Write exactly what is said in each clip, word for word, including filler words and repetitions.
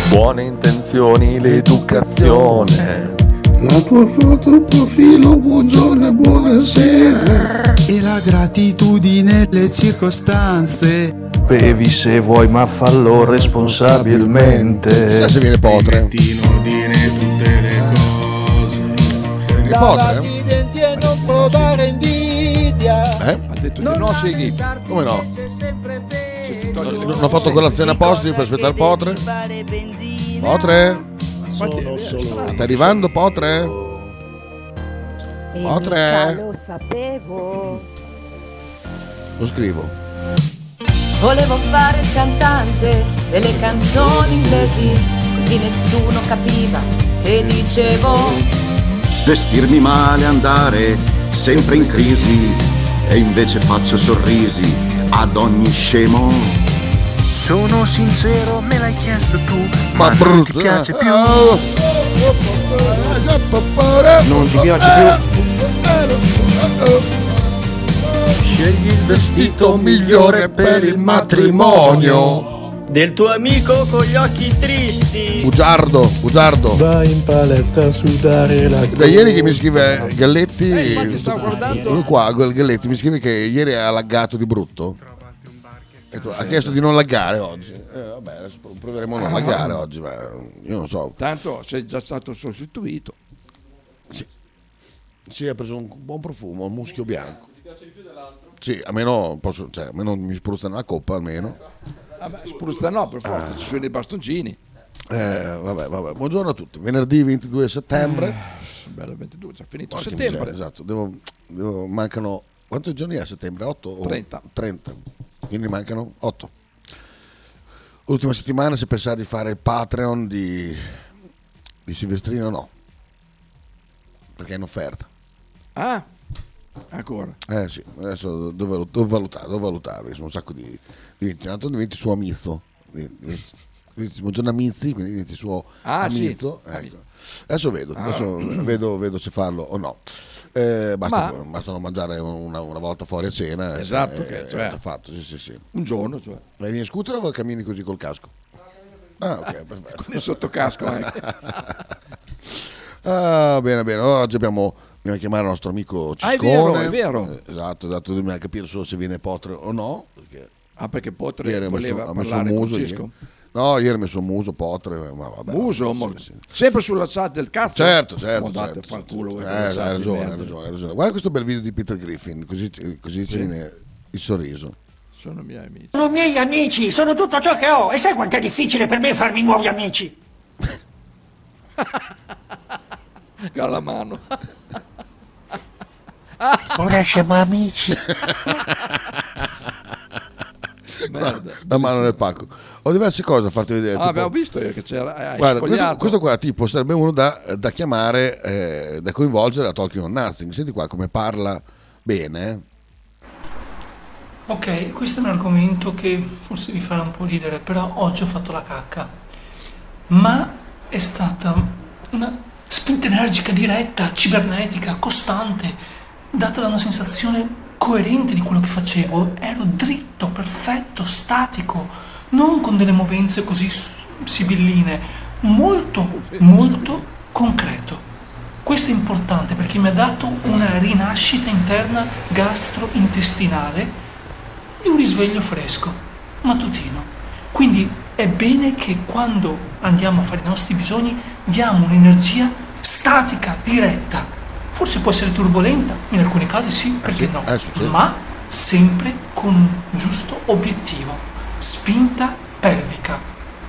Buone intenzioni, l'educazione. La tua foto profilo, buongiorno e buonasera. E la gratitudine, le circostanze. Bevi se vuoi, ma fallo responsabilmente. Chissà se viene Potre. Dire tutte le cose. Viene Potre? I denti e non provare invidia. Eh? Ha detto di no, Sighi. Come no? Non ho fatto colazione apposta per aspettare Potre. Potre? Sono solo. Sta arrivando Potre? Potre? Lo sapevo. Lo scrivo. Volevo fare il cantante delle canzoni inglesi, così nessuno capiva che dicevo. Vestirmi male, andare sempre in crisi, e invece faccio sorrisi ad ogni scemo. Sono sincero, me l'hai chiesto tu, Ma ma, non brutto, ti piace eh. più. Non ti piace più? Scegli il vestito migliore per il matrimonio. Del tuo amico con gli occhi tristi. Bugiardo, bugiardo. Vai in palestra a sudare la Da ieri che mi scrive Galletti, Eh, infatti stavo guardando. lui qua, Galletti mi scrive che ieri ha laggato di brutto. E tu- ha chiesto di non laggare oggi. Eh, vabbè, adesso proveremo a non laggare oggi, ma io non so. Tanto sei già stato sostituito. Sì, ha preso un buon profumo, un muschio bianco. Ti piace di più dell'altro? Sì, almeno posso, cioè, almeno mi spruzzano la coppa almeno. Vabbè, spruzza no, per forza, ci sono i bastoncini. Eh, vabbè, vabbè. Buongiorno a tutti. Venerdì ventidue settembre. Bello ventidue, già finito Porca settembre. miseria, esatto, devo, devo- mancano quanti giorni è a settembre? otto? O trenta. trenta. Quindi mancano otto. Ultima settimana si pensava di fare il Patreon di, di Silvestrino, no. Perché è in offerta. Ah, ancora. Eh sì, adesso devo, devo valutare, devo valutare, perché sono un sacco di... Diventi, intanto diventi suo amico. Diventi, diventi, buongiorno amizi, quindi diventi suo Ah, sì. amico. Ecco. Adesso vedo, adesso vedo, vedo se farlo o no. Eh, basta, Ma- bastano mangiare una, una volta fuori a cena. e- Esatto, e- che- e cioè- è fatto, sì, sì, sì. Un giorno, cioè. Ma vieni in scooter o cammini così col casco? Ah, ok, perfetto. Con il sottocasco anche. Ah, bene, bene. Allora, oggi abbiamo, dobbiamo chiamare il nostro amico Ah, è Ciscone. vero, è vero. Eh, esatto, esatto, dobbiamo capire solo se viene Potre o no. Perché Ah, perché Potre ieri ha messo, voleva ha messo il parlare con muso. Cisco. ieri. No, ieri ha messo il muso, Potre, ma vabbè. Muso, sì, mo- sì. sempre sulla chat del cazzo. Certo, certo. Mandate certo, fanculo, certo. voi Eh, con le hai chat di ragione, hai merda. ragione, hai ragione. Guarda questo bel video di Peter Griffin, così, così ci Sì. viene il sorriso. Sono miei amici. Sono miei amici, sono tutto ciò che ho. E sai quanto è difficile per me farmi nuovi amici? Con la mano. Ora siamo amici. Merda. La mano nel pacco. Ho diverse cose da farti vedere. Ah, tipo- abbiamo visto io che c'era. Hai Guarda, questo, sfogliato. questo qua tipo sarebbe uno da, da chiamare, eh, da coinvolgere a Talking on Nothing. Senti qua come parla bene. eh. Ok, questo è un argomento che forse vi farà un po' ridere, però oggi ho fatto la cacca. Ma è stata una spinta energica, diretta, cibernetica, costante, data da una sensazione coerente di quello che facevo. Ero dritto, perfetto, statico, non con delle movenze così s- sibilline, molto, molto concreto. Questo è importante perché mi ha dato una rinascita interna gastrointestinale di un risveglio fresco, mattutino. Quindi è bene che quando andiamo a fare i nostri bisogni diamo un'energia statica, diretta. Forse può essere turbolenta, in alcuni casi sì, perché sì, no, eh, succede. ma sempre con un giusto obiettivo, spinta pelvica.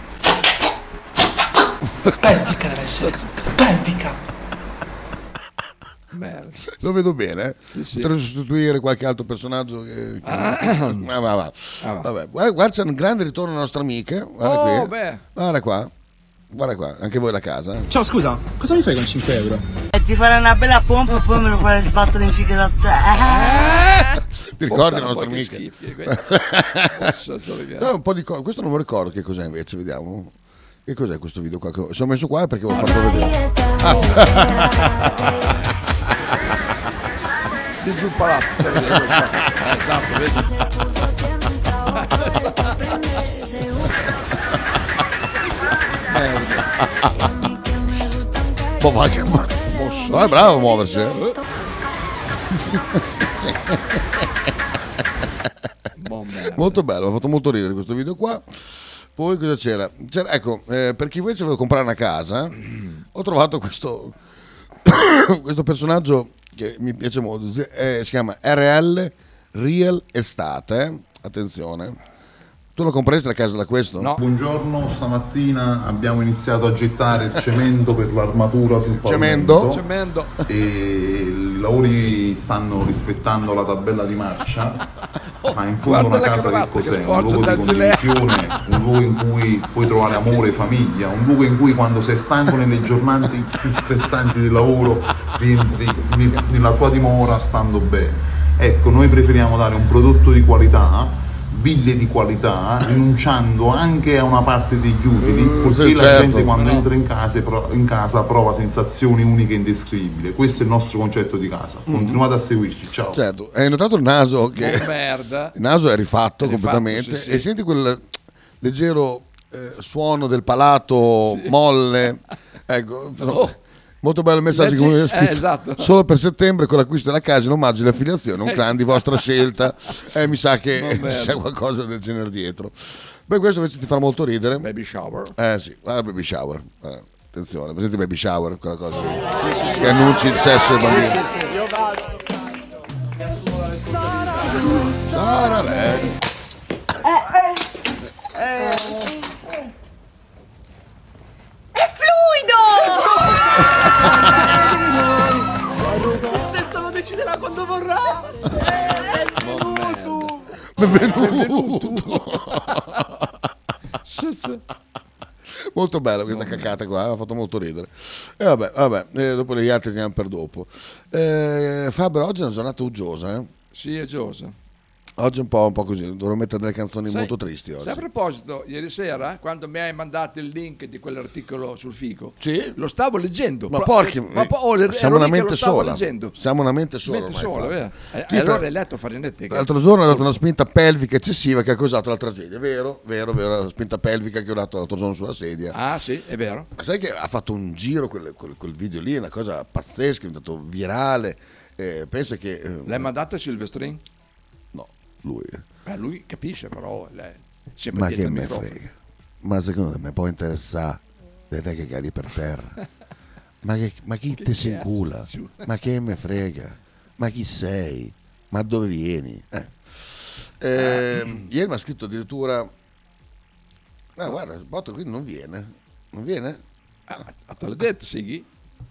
Pelvica deve essere, pelvica. Merda. Lo vedo bene. eh. Sì, sì. Potrei sostituire qualche altro personaggio. Che, che- Ah. Ma va, va. Ah, va. Vabbè. Guarda, guarda, c'è un grande ritorno alla nostra amica. Guarda Oh, qui. beh. Guarda qua. Guarda qua, anche voi da casa. eh. Ciao, scusa, cosa mi fai con cinque euro? Ti farà una bella pompa e poi me lo farai sbattere in figa da te. Ti ricordi la Portano nostra poi che amica? schifi, eh, quelli. No, un po' di co- questo non mi ricordo che cos'è invece, vediamo. Che cos'è questo video qua? Che sono messo qua perché ve l'ho fatto vedere. Ah. Di giù il palazzo, stai vedendo qua. Eh, esatto, vedi? Boh, va che fa. No, è bravo a muoversi. Eh. Molto bello, mi ha fatto molto ridere questo video qua. Poi cosa c'era? c'era ecco, eh, per chi invece voleva comprare una casa, ho trovato questo questo personaggio che mi piace molto, eh, si chiama R L Real Estate, eh? Attenzione. Tu lo compresti la casa da questo? No. Buongiorno, stamattina abbiamo iniziato a gettare il cemento per l'armatura sul pavimento. Cemento. E i lavori stanno rispettando la tabella di marcia, ma in fondo Guarda una la casa che cravatta cos'è? che Un sporge luogo dal di gilet. condivisione, un luogo in cui puoi trovare amore, famiglia, un luogo in cui quando sei stanco nelle giornate più stressanti del lavoro rientri nella tua dimora stando bene. Ecco, noi preferiamo dare un prodotto di qualità, ville di qualità, rinunciando anche a una parte degli utili, perché sì, la certo. gente quando No. entra in casa, in casa prova sensazioni uniche e indescrivibili. Questo è il nostro concetto di casa. Continuate a seguirci, ciao. Certo, hai notato il naso che Oh, merda. il naso è rifatto È rifatto, completamente sì, sì. e senti quel leggero eh, suono del palato molle. Ecco, Oh. molto bello il messaggio Leggi- che mi aveva eh, scritto. esatto. Solo per settembre con l'acquisto della casa in omaggio all'affiliazione, un clan di vostra scelta. Eh, mi sa che Oh, c'è merda. qualcosa del genere dietro. Beh, questo invece ti farà molto ridere. Baby shower. Eh sì, guarda baby shower. Eh, attenzione, presente baby shower, quella cosa lì. Che annunci il sesso ai bambini. Io vado. Sara lei. È fluido! Il sesso lo deciderà quando vorrà. Benvenuto. Molto bella questa cacata qua, mi ha fatto molto ridere. E vabbè, vabbè, eh, dopo gli altri teniamo per dopo. Eh, Fabio, oggi è una giornata uggiosa, eh? Sì, è giosa. Oggi è un po', un po' così, dovrò mettere delle canzoni Sai- molto tristi oggi. sai, a proposito, ieri sera, quando mi hai mandato il link di quell'articolo sul fico, Sì. lo stavo leggendo. Ma Pro- porchi, ma po- oh, ero siamo lì una che lo mente stavo sola. leggendo. Siamo una mente sola. Mente ormai, sola, Fabio. vero? E Chi allora tra- hai letto Farinetti che- L'altro giorno ho dato una spinta pelvica eccessiva che ha causato la tragedia, vero? Vero, vero, la spinta pelvica che ho dato l'altro giorno sulla sedia. Ah sì, è vero. Ma sai che ha fatto un giro quel, quel- quel video lì, è una cosa pazzesca, è diventato virale. Eh, pensa che... eh, L'hai mandato a Silvestrin? No, lui. Beh, lui capisce, però lei sempre Ma dietro che il me microfono. frega? Ma secondo me può interessare le te che cadi per terra. Ma, che, ma chi Che te si cazzo, incula? giù. Ma che me frega? Ma chi sei? Ma dove vieni? Eh. Eh, ieri mi ha scritto addirittura... Ah, guarda, il botto qui non viene. Non viene? Ah, te l'ho detto, Sighi?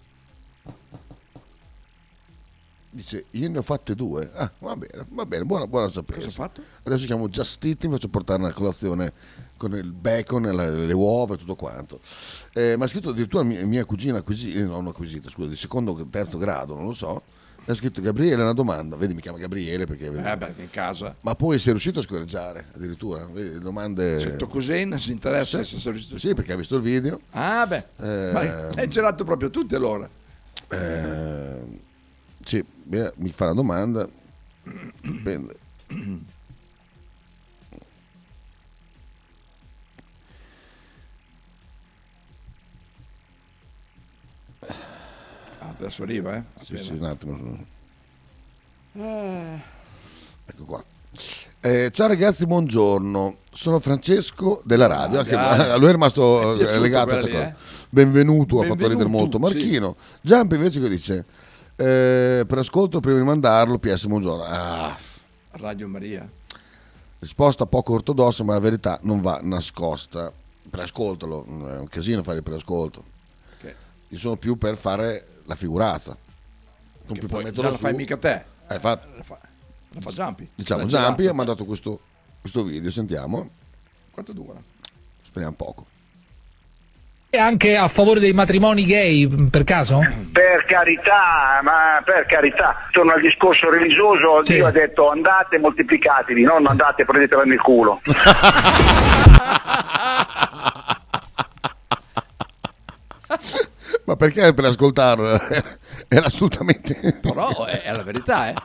Dice, io ne ho fatte due. Ah, va bene, va bene, buono, buono a sapere. Cosa ho fatto? Adesso chiamo Just Eat, mi faccio portare una colazione con il bacon, e la- le uova e tutto quanto. Eh, mi ha scritto addirittura mia, mia cugina acquisita, eh, non acquisita, scusa, di secondo o terzo grado, non lo so. Mi ha scritto Gabriele una domanda, vedi mi chiama Gabriele perché... Eh beh, che in casa. Ma poi sei riuscito a scorreggiare addirittura, vedi, domande... Se tuo cugino si interessa Sì, se sei riuscito- sì, perché ha visto il video. Ah beh, Eh, ma hai girato proprio tutti allora. Eh, sì, beh, mi fa la domanda. Dipende. Ah, adesso arriva, eh? Sì, Appena. sì, un attimo. Eh, Ecco qua. Eh, ciao ragazzi, buongiorno. Sono Francesco della radio. Ah, Anche- dai. a lui è rimasto È piaciuto eh, legato a quelli, questa cosa. eh? Benvenuto, ha fatto ridere Benvenuto, molto. sì. Marchino. Giampi invece che dice eh, per ascolto prima di mandarlo P S buongiorno. Ah, Radio Maria. risposta poco ortodossa, ma la verità non va nascosta. Preascoltalo, è un casino fare il preascolto. Che, Io sono più per fare la figurazza. Non che più per poi metterlo non la su. fai mica te. Eh, fa- La fa, la fa Giampi. diciamo L'ha Giampi girato. ha mandato questo, questo video, sentiamo. Quanto dura? Speriamo poco. E anche a favore dei matrimoni gay, per caso? Per carità, ma per carità, torno al discorso religioso, Sì. Dio ha detto andate e moltiplicatevi, non andate e prendetela nel culo. Ma perché per ascoltarlo? Era assolutamente Però è, è la verità, eh.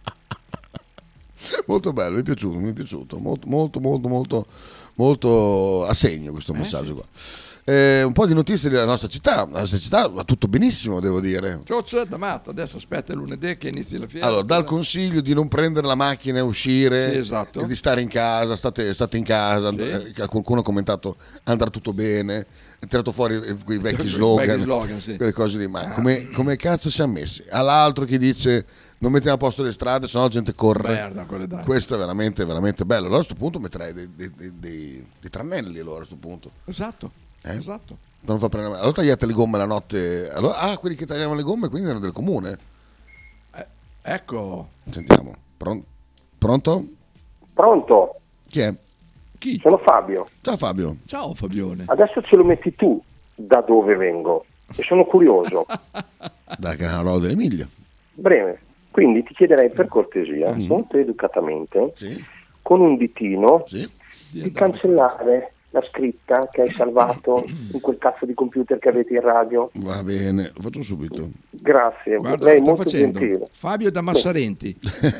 molto bello, mi è piaciuto, mi è piaciuto, molto molto molto molto molto a segno questo Eh, messaggio qua. Eh, un po' di notizie della nostra città. La nostra città va tutto benissimo, devo dire. Cioccio da matto, adesso aspetta il lunedì che inizi la fiera. Allora, dal consiglio di non prendere la macchina e uscire, Sì, esatto. e di stare in casa, state, state in casa. Sì. Eh, qualcuno ha commentato andrà tutto bene, ha tirato fuori eh, quei vecchi Quei slogan, vecchi slogan, sì. quelle cose lì. Ma come, come cazzo siamo messi? All'altro che dice non mettiamo a posto le strade, sennò la gente corre. Merda, quelle dai. Questo è veramente, veramente bello. Allora a questo punto metterei dei, dei, dei, dei, dei tranelli allora, a questo punto. Esatto, Eh? esatto. Non fa prendere... Allora tagliate le gomme la notte. Allora... Ah, quelli che tagliavano le gomme quindi erano del comune. Eh, ecco. Sentiamo. Pron- Pronto? Pronto? Chi è? Chi? Sono Fabio. Ciao Fabio. Ciao Fabione. Adesso ce lo metti tu da dove vengo e sono curioso. Da Canale dell'Emilia. Breve. Quindi ti chiederei per cortesia, Mm. molto educatamente, Sì. con un ditino, Sì. di cancellare la scritta che hai salvato in quel cazzo di computer che avete in radio. Va bene, lo faccio subito. Grazie, Guarda, lei è lo sto molto facendo. gentile. Fabio da Massarenti.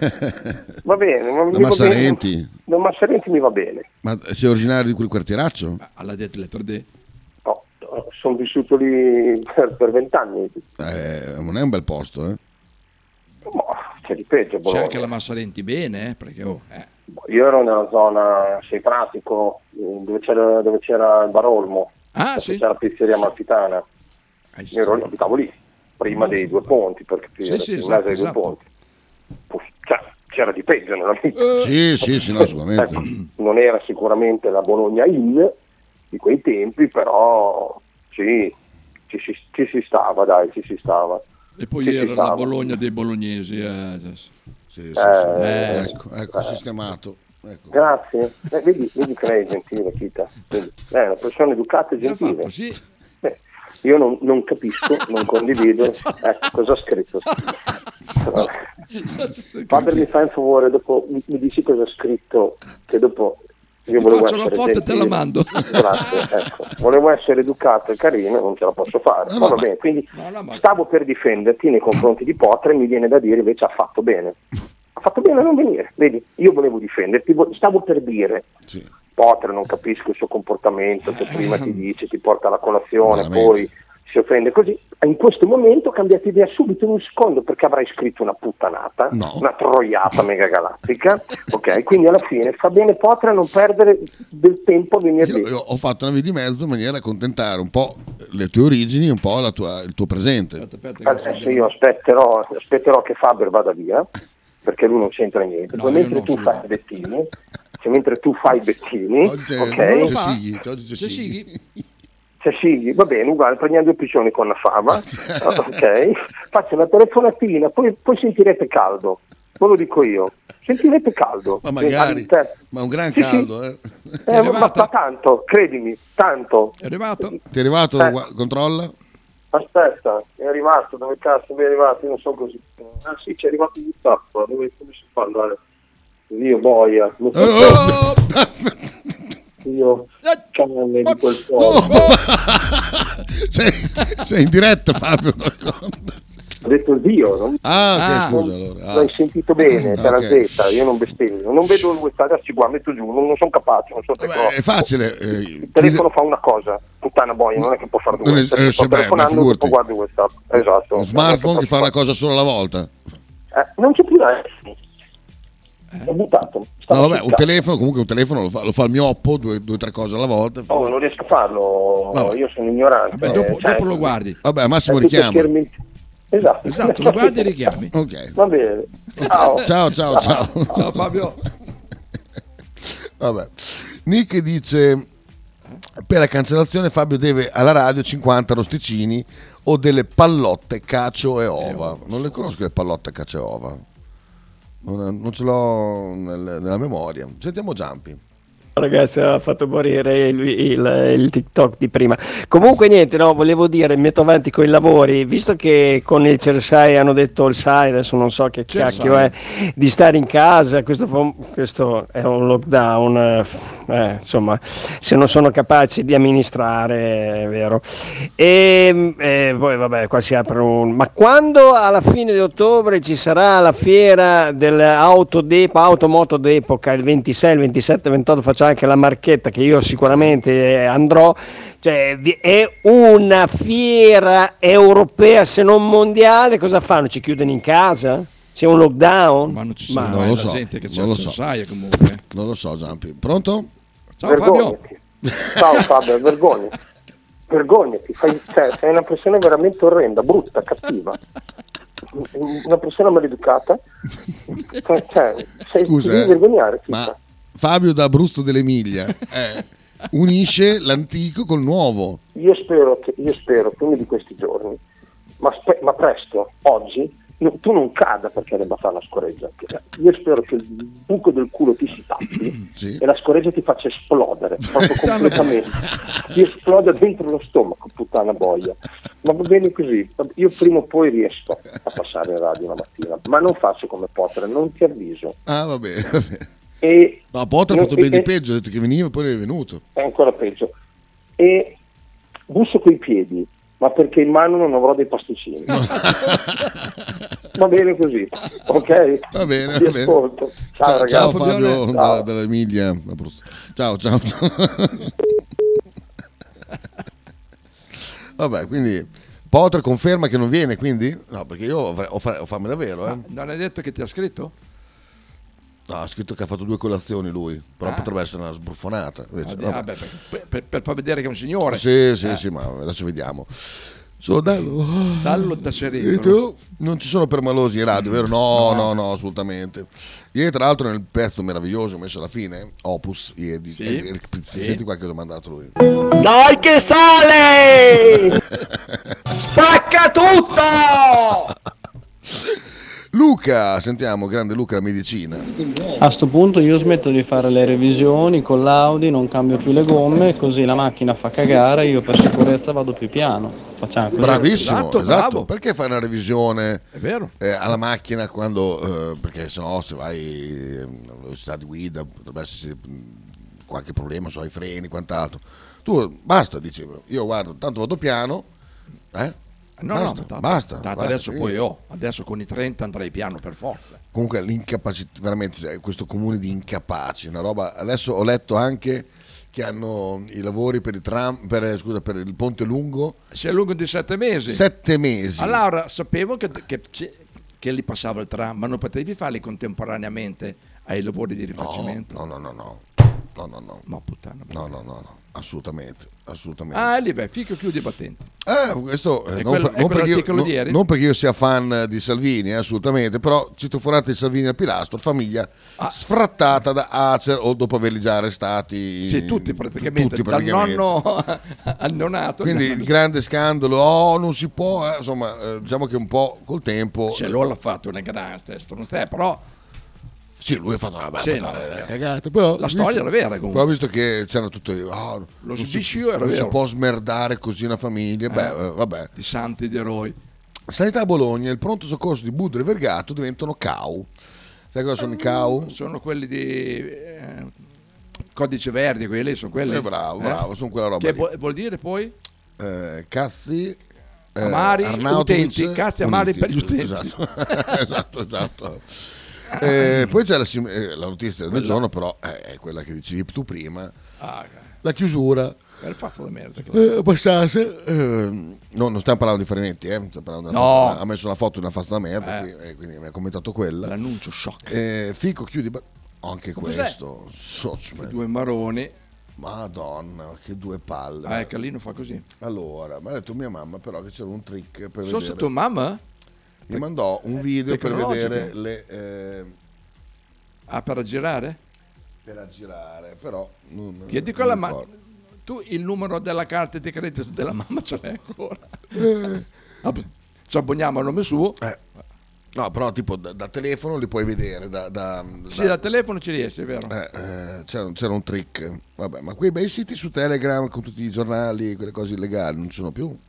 Va bene, ma mi Da va Massarenti? bene. Da Massarenti mi va bene. Ma sei originario di quel quartieraccio? Alla Det Letter D. No, sono vissuto lì per per vent'anni. Eh, non è un bel posto, eh? Ma c'è di peggio, C'è Bologna. anche la Massarenti bene, eh, perché oh, eh. Io ero nella zona, sei pratico, dove c'era, dove c'era il Barolmo, Ah, dove sì? c'era la pizzeria Amalfitana. Hai Io ero, abitavo lì, prima No, dei sì. due ponti, per capire, Sì, sì, in esatto, mezzo ai due esatto. ponti. Puh, cioè, c'era di peggio nella vita. Eh, Sì, sì, sì, no, assolutamente. Ecco, non era sicuramente la Bologna Hill di quei tempi, però sì, ci si, ci si stava, dai, ci si stava. E poi Ci si era la stava. Bologna dei bolognesi. Eh, adesso. Sì, sì, sì. Eh, ecco, ecco, sistemato. Ecco. Grazie. Eh, vedi, vedi che lei è gentile, Chita. Vedi, lei è una persona educata e Già gentile. fatto, sì. Eh, io non, non capisco, non condivido. Ecco, cosa ha scritto? Faber, mi fai un favore, dopo mi, mi dici cosa ha scritto, che dopo io Ti volevo faccio la essere foto e te gentile. la mando. Grazie, ecco. Volevo essere educato e carino, non ce la posso fare. No, Ma no, va bene, quindi No, no, ma- stavo per difenderti nei confronti di Potre, mi viene da dire invece ha fatto bene. Ha fatto bene a non venire, vedi? Io volevo difenderti, vo- stavo per dire. Sì. Potre, non capisco il suo comportamento, che prima ti dice, ti porta alla colazione, Veramente. poi si offende così. In questo momento cambiate idea subito in un secondo, perché avrai scritto una puttanata, No. una troiata megagalattica, ok? Quindi alla fine fa bene Potre a non perdere del tempo a venire Io, lì. io ho fatto una via di mezzo in maniera da accontentare un po' le tue origini e un po' la tua- il tuo presente. Aspetta, aspetta, che Adesso adesso io aspetterò, aspetterò che Faber vada via, perché lui non c'entra niente. No, Poi io mentre no, tu sì. fai i bettini, cioè mentre tu fai i bettini, Oggi c'è, ok? c'è fa? Sighi, oggi c'è C'è Sighi. Sighi? Cioè sì, va bene, uguale, prendiamo due piccioni con la fava, ok? Faccio una telefonatina, poi, poi sentirete caldo, ve lo dico io, sentirete caldo. Ma magari, Eh, te- ma un gran Sì, sì. caldo, eh. Eh, ma, arrivata? ma tanto, credimi, tanto. È arrivato? Ti è arrivato? Eh. Gua- Controlla? Aspetta, è arrivato, dove cazzo mi è arrivato? Io non so così. Ah sì, ci è arrivato di tappa, dove come si fa andare? Dio boia, non so Oh! io cane di quel No! posto. sei, sei in diretta, Fabio. Ho detto Dio, no? Ah, ok, Ah. scusa allora. Ah. L'hai sentito bene, Ah, per la ok. Z, io non bestemmio, non vedo dove starci qua, metto giù, non, non sono capace, non so te Vabbè, è facile. eh, Il telefono fa una cosa, puttana boia, non è che può fare Non due, es- perché eh, sto sì, beh, telefonando ma e figurati. dopo guardi WhatsApp, esatto. Lo smartphone ti fa una cosa solo alla volta. Eh, non c'è più da ho buttato. No, Stavo vabbè, sul un cazzo. telefono, comunque un telefono lo fa, lo fa il mio Oppo, due o tre cose alla volta. Oh, non riesco a farlo, Vabbè. io sono ignorante. Vabbè, dopo, eh, cioè, dopo lo guardi. Vabbè, al massimo è tutto richiama. schermi- Esatto. Esatto, lo guardi e richiami. Ok. Va bene. Ciao. Ciao, ciao, ciao. Ciao Fabio. Vabbè. Nick dice: per la cancellazione Fabio deve alla radio cinquanta rosticini o delle pallotte cacio e ova. Non le conosco le pallotte cacio e ova. Non, non ce l'ho nel- nella memoria. Sentiamo Giampi. Ragazzi, ha fatto morire il, il- il TikTok di prima. Comunque niente, no, volevo dire, mi metto avanti con i lavori, visto che con il CERSAI hanno detto il S A I, adesso non so che CERSAI. cacchio è, di stare in casa, questo, fa un- questo è un lockdown, eh, eh, insomma, se non sono capaci di amministrare, è vero. E eh, poi vabbè, qua si apre un... Ma quando alla fine di ottobre ci sarà la fiera dell'auto d'epoca, automoto d'epoca, il ventisei, il ventisette, il ventotto, facciamo anche la marchetta che io sicuramente andrò, cioè è una fiera europea se non mondiale, cosa fanno? Ci chiudono in casa? C'è un lockdown? Ma non ci Ma- sono non lo la so, gente che c'è non lo in so. Saia comunque. Non lo so, Zampi. Pronto? Ciao Fabio. Ciao Fabio, vergognati. Vergognati, fai, cioè, sei una persona veramente orrenda, brutta, cattiva. Una persona maleducata. Cioè, sei, Scusa, ti devi eh, vergognare. ma Fabio da Abruzzo dell'Emilia eh, unisce l'antico col nuovo. Io spero che, io spero che uno di questi giorni, ma, spe- ma presto, oggi, no- tu non cada perché debba fare la scoreggia. Io spero che il buco del culo ti si tappi Sì. e la scoreggia ti faccia esplodere proprio completamente. Ti esploda dentro lo stomaco, puttana boia. Ma va bene così. Io prima o poi riesco a passare in radio una mattina, ma non faccio come Potter, non ti avviso. Ah, va bene. Va bene. E No, Potter ha non- fatto ben e- di peggio, ha detto che veniva e poi è venuto. è ancora peggio. E busso coi piedi, ma perché in mano non avrò dei pasticcini. Va bene così, ok? Va bene, Ti va bene. ascolto. Ciao, Ciao, ragazzi. ciao Fabio Ciao. da- dall'Emilia. Abruzzo. Ciao, ciao. ciao. Vabbè, quindi Potter conferma che non viene, quindi? No, perché io ho, ho, fa- ho fame davvero, eh. Non hai detto che ti ha scritto? No, ha scritto che ha fatto due colazioni lui, però Ah. potrebbe essere una sbruffonata. Invece, Ah, vabbè. vabbè, per, per- per far vedere che è un signore. Sì, sì, Eh. sì, ma adesso vediamo. Sono Dallo. Dallo da E Ceretolo. tu? Non ci sono permalosi in radio, vero? No, no, no, assolutamente. Ieri, tra l'altro, nel pezzo meraviglioso messo alla fine, Opus, ieri, Sì. eh, eh, Sì. senti qua che l'ho mandato lui. Dai che sale! Spacca tutto! Luca, sentiamo, grande Luca, la medicina. A sto punto io smetto di fare le revisioni con l'Audi, non cambio più le gomme, così la macchina fa cagare, io per sicurezza vado più piano. Facciamo così. Bravissimo, esatto. Perché fai una revisione È vero. eh, alla macchina quando, eh, perché sennò se vai eh, a velocità di guida potrebbe esserci mh, qualche problema sui freni, quant'altro. Tu basta, dicevo, io guardo, tanto vado piano, eh? No, basta, no, tanto, basta, tanto basta, adesso sì. poi oh, adesso con i trenta andrei piano per forza. Comunque l'incapacità, veramente cioè, questo comune di incapaci, una roba. Adesso ho letto anche che hanno i lavori per il tram, per, eh, scusa, per il ponte lungo. Si è lungo di sette mesi. Sette mesi. Allora sapevo che, che, c'è- che lì passava il tram, ma non potevi farli contemporaneamente ai lavori di rifacimento. No, no, no, no. No, no, no. Ma puttana. No, no, no, no. Assolutamente, assolutamente. Ah, lì beh, fico chiudi i battenti. Eh, questo eh, È non, quello- per- è non perché io, quell'articolo no- di ieri? non perché io sia fan di Salvini, eh, assolutamente, però citofonate di Salvini al pilastro, famiglia sfrattata da Acer o dopo averli già arrestati. Ah. Sì, tutti praticamente, tutti praticamente. dal nonno al neonato. Quindi il grande scandalo, oh non si può, eh, insomma, eh, diciamo che un po' col tempo. Se lui l'ha fatto una grande, non sai, però Sì, lui ha fatto una bella Sì, fatto no, una eh, cagata, però, la storia era vera, comunque. Però visto che c'erano tutte oh, Lo non si- sbiscio era non si vero. può smerdare così una famiglia, beh, Eh, eh, vabbè. di santi di eroi. Sanità a Bologna, il pronto soccorso di Budrio e Vergato diventano C A U. Sai cosa sono i C A U? Sono quelli di eh, codice verde, quelli sono quelli. Eh, bravo, bravo, sono quella roba Che lì. vuol, vuol dire poi? Eh, Cazzi eh, Amari, Arnautovic, utenti, cazzi amari uniti. per gli utenti. Esatto, esatto, esatto. Eh, poi c'è la, sim- eh, la notizia del Quella- giorno, però eh, è quella che dicevi tu prima, Ah, ok. la chiusura. È il fatto di merda. Eh, abbastanza. eh, no, non stiamo parlando di fallimenti, eh, stiamo parlando di una No. fazza- ha messo una foto di una fazza da merda, Eh. qui- eh, quindi mi ha commentato quella. L'annuncio shock. Eh, Fico chiudi. ba- anche Cos'è? questo. Sochman. Due maroni. Madonna, che due palle. Ah, ecco, lì non fa così. Allora, mi ha detto mia mamma però che c'era un trick per Sono vedere. stato mamma? Mi mandò un video per Tecnologico. vedere le eh, Ah, per aggirare? per aggirare, però non, Chiedi non quella mi ma ricordo. tu il numero della carta di credito della mamma ce l'hai ancora. Eh. Vabbè, ci abboniamo a nome suo. Eh. No, però tipo da, da telefono li puoi vedere. Da, da, Sì, da telefono ci riesce, è vero. eh, eh, c'era, c'era un trick. Vabbè, ma quei bei siti su Telegram con tutti i giornali, quelle cose illegali, non ci sono più.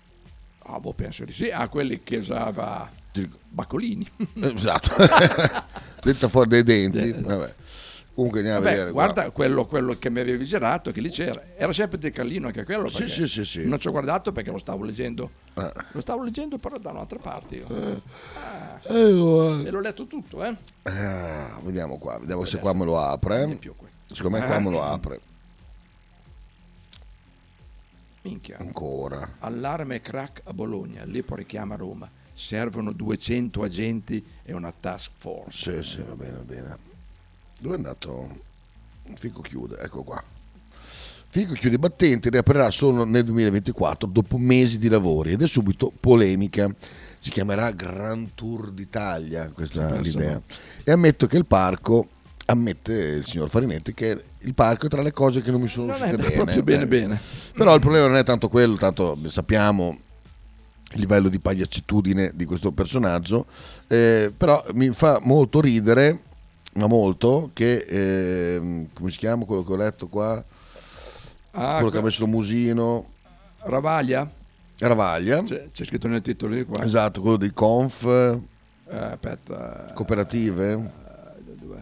Ah, boh, penso di sì. Ah, quelli che usava Baccolini. Eh, Esatto. Detta fuori dai denti. Vabbè. Comunque andiamo a Vabbè, vedere. guarda quello, quello che mi avevi girato, che lì c'era. Era sempre De Carlino anche quello. Sì, perché sì, sì, sì. Non ci ho guardato perché lo stavo leggendo. Eh. Lo stavo leggendo però da un'altra parte io. Ah, Eh, oh, eh. e l'ho letto tutto, eh. Ah, vediamo qua, vediamo se qua me lo apre. più qui. Secondo me qua me lo apre. Minchia. Ancora. Allarme crack a Bologna, l'E P O richiama a Roma. Servono duecento agenti e una task force. Sì, sì, va bene, va bene. Dove è andato? Fico chiude, ecco qua. Fico chiude i battenti, riaprirà solo nel duemilaventiquattro dopo mesi di lavori ed è subito polemica. Si chiamerà Grand Tour d'Italia, questa è l'idea. E ammetto che il parco, ammette il signor Farinetti, che il parco è tra le cose che non mi sono Non uscite è bene. proprio bene bene. Però il problema non è tanto quello, tanto sappiamo il livello di pagliaccitudine di questo personaggio, eh, però mi fa molto ridere, ma molto, che eh, come si chiama quello che ho letto qua? Ah, quello che que- ha messo il musino. Ravaglia? Ravaglia. C'è, c'è scritto nel titolo di qua. Esatto, quello dei conf. Eh, aspetta. Cooperative. Eh, dov'è?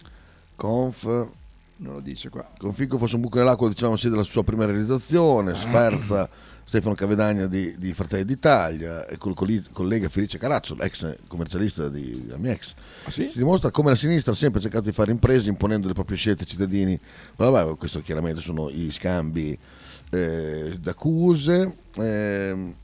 Conf. Non lo dice qua. Con Fico fosse un buco nell'acqua, diciamo sì, della sua prima realizzazione. Sferza Stefano Cavedagna di, di Fratelli d'Italia e col colli- collega Felice Carazzo, l'ex commercialista di Amiex. Ah, sì? Si dimostra come la sinistra ha sempre cercato di fare imprese imponendo le proprie scelte ai cittadini. Vabbè, questo chiaramente sono gli scambi eh, d'accuse. Eh,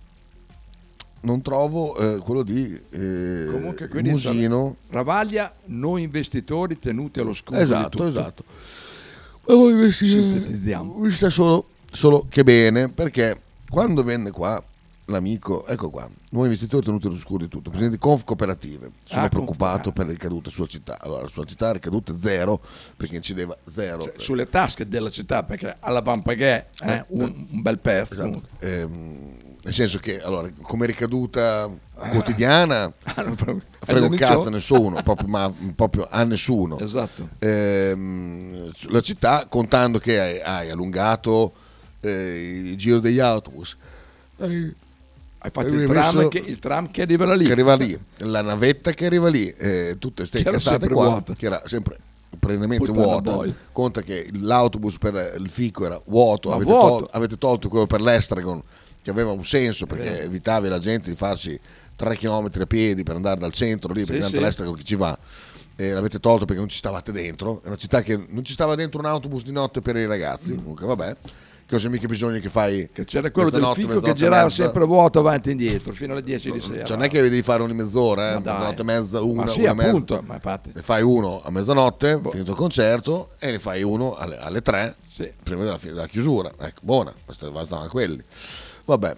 non trovo eh, quello di eh, Comunque, quindi Musino. Ravaglia, noi investitori tenuti allo scopo Esatto, di tutto. esatto. Ma voi investi- Sintetizziamo. vi sta solo, solo che bene, perché quando venne qua l'amico, ecco qua, nuovi investitori tenuti all'oscuro di tutto, presidente di Conf Cooperative, sono Ah, preoccupato per le ricadute sulla città. Allora, la sua città ha ricadute zero, perché incideva zero. Cioè, sulle tasche della città, perché alla Vampaghe eh, Eh, un, un bel pezzo. Esatto. comunque. Ehm, nel senso che, allora, come ricaduta quotidiana, non frega- frega un agli cazzo a amici- nessuno, proprio, ma proprio a nessuno. Esatto. Ehm, la città, contando che hai, hai allungato eh, il giro degli autobus, hai, Hai fatto hai il messo- tram, che, il tram che arriva da lì. che arriva lì, la navetta che arriva lì, eh, tutte ste Che era cazzate sempre qua, vuota. che era sempre perennemente Puttana vuota. boia. Conta che l'autobus per il Fico era vuoto, Ma avete, vuoto. tol- avete tolto quello per l'Estragon, che aveva un senso perché evitavi la gente di farsi tre chilometri a piedi per andare dal centro lì, Sì, perché tanto sì. l'Estragon chi ci va. E l'avete tolto perché non ci stavate dentro. È una città che non ci stava dentro un autobus di notte per i ragazzi. Comunque, vabbè, che non c'è mica bisogno che fai. Che c'era quello del mezzanotte, Fico che mezzanotte e girava mezza. sempre vuoto avanti e indietro fino alle dieci di sera. Cioè, non è che devi fare ogni mezz'ora, eh? Ma dai. mezzanotte e mezza, una, Ma sì, una e mezza. appunto, ma infatti. Ne fai uno a mezzanotte, Boh. finito il concerto, e ne fai uno alle, alle tre, Sì. prima della, fine- della chiusura. Ecco, buona, queste bastavano quelli. Vabbè.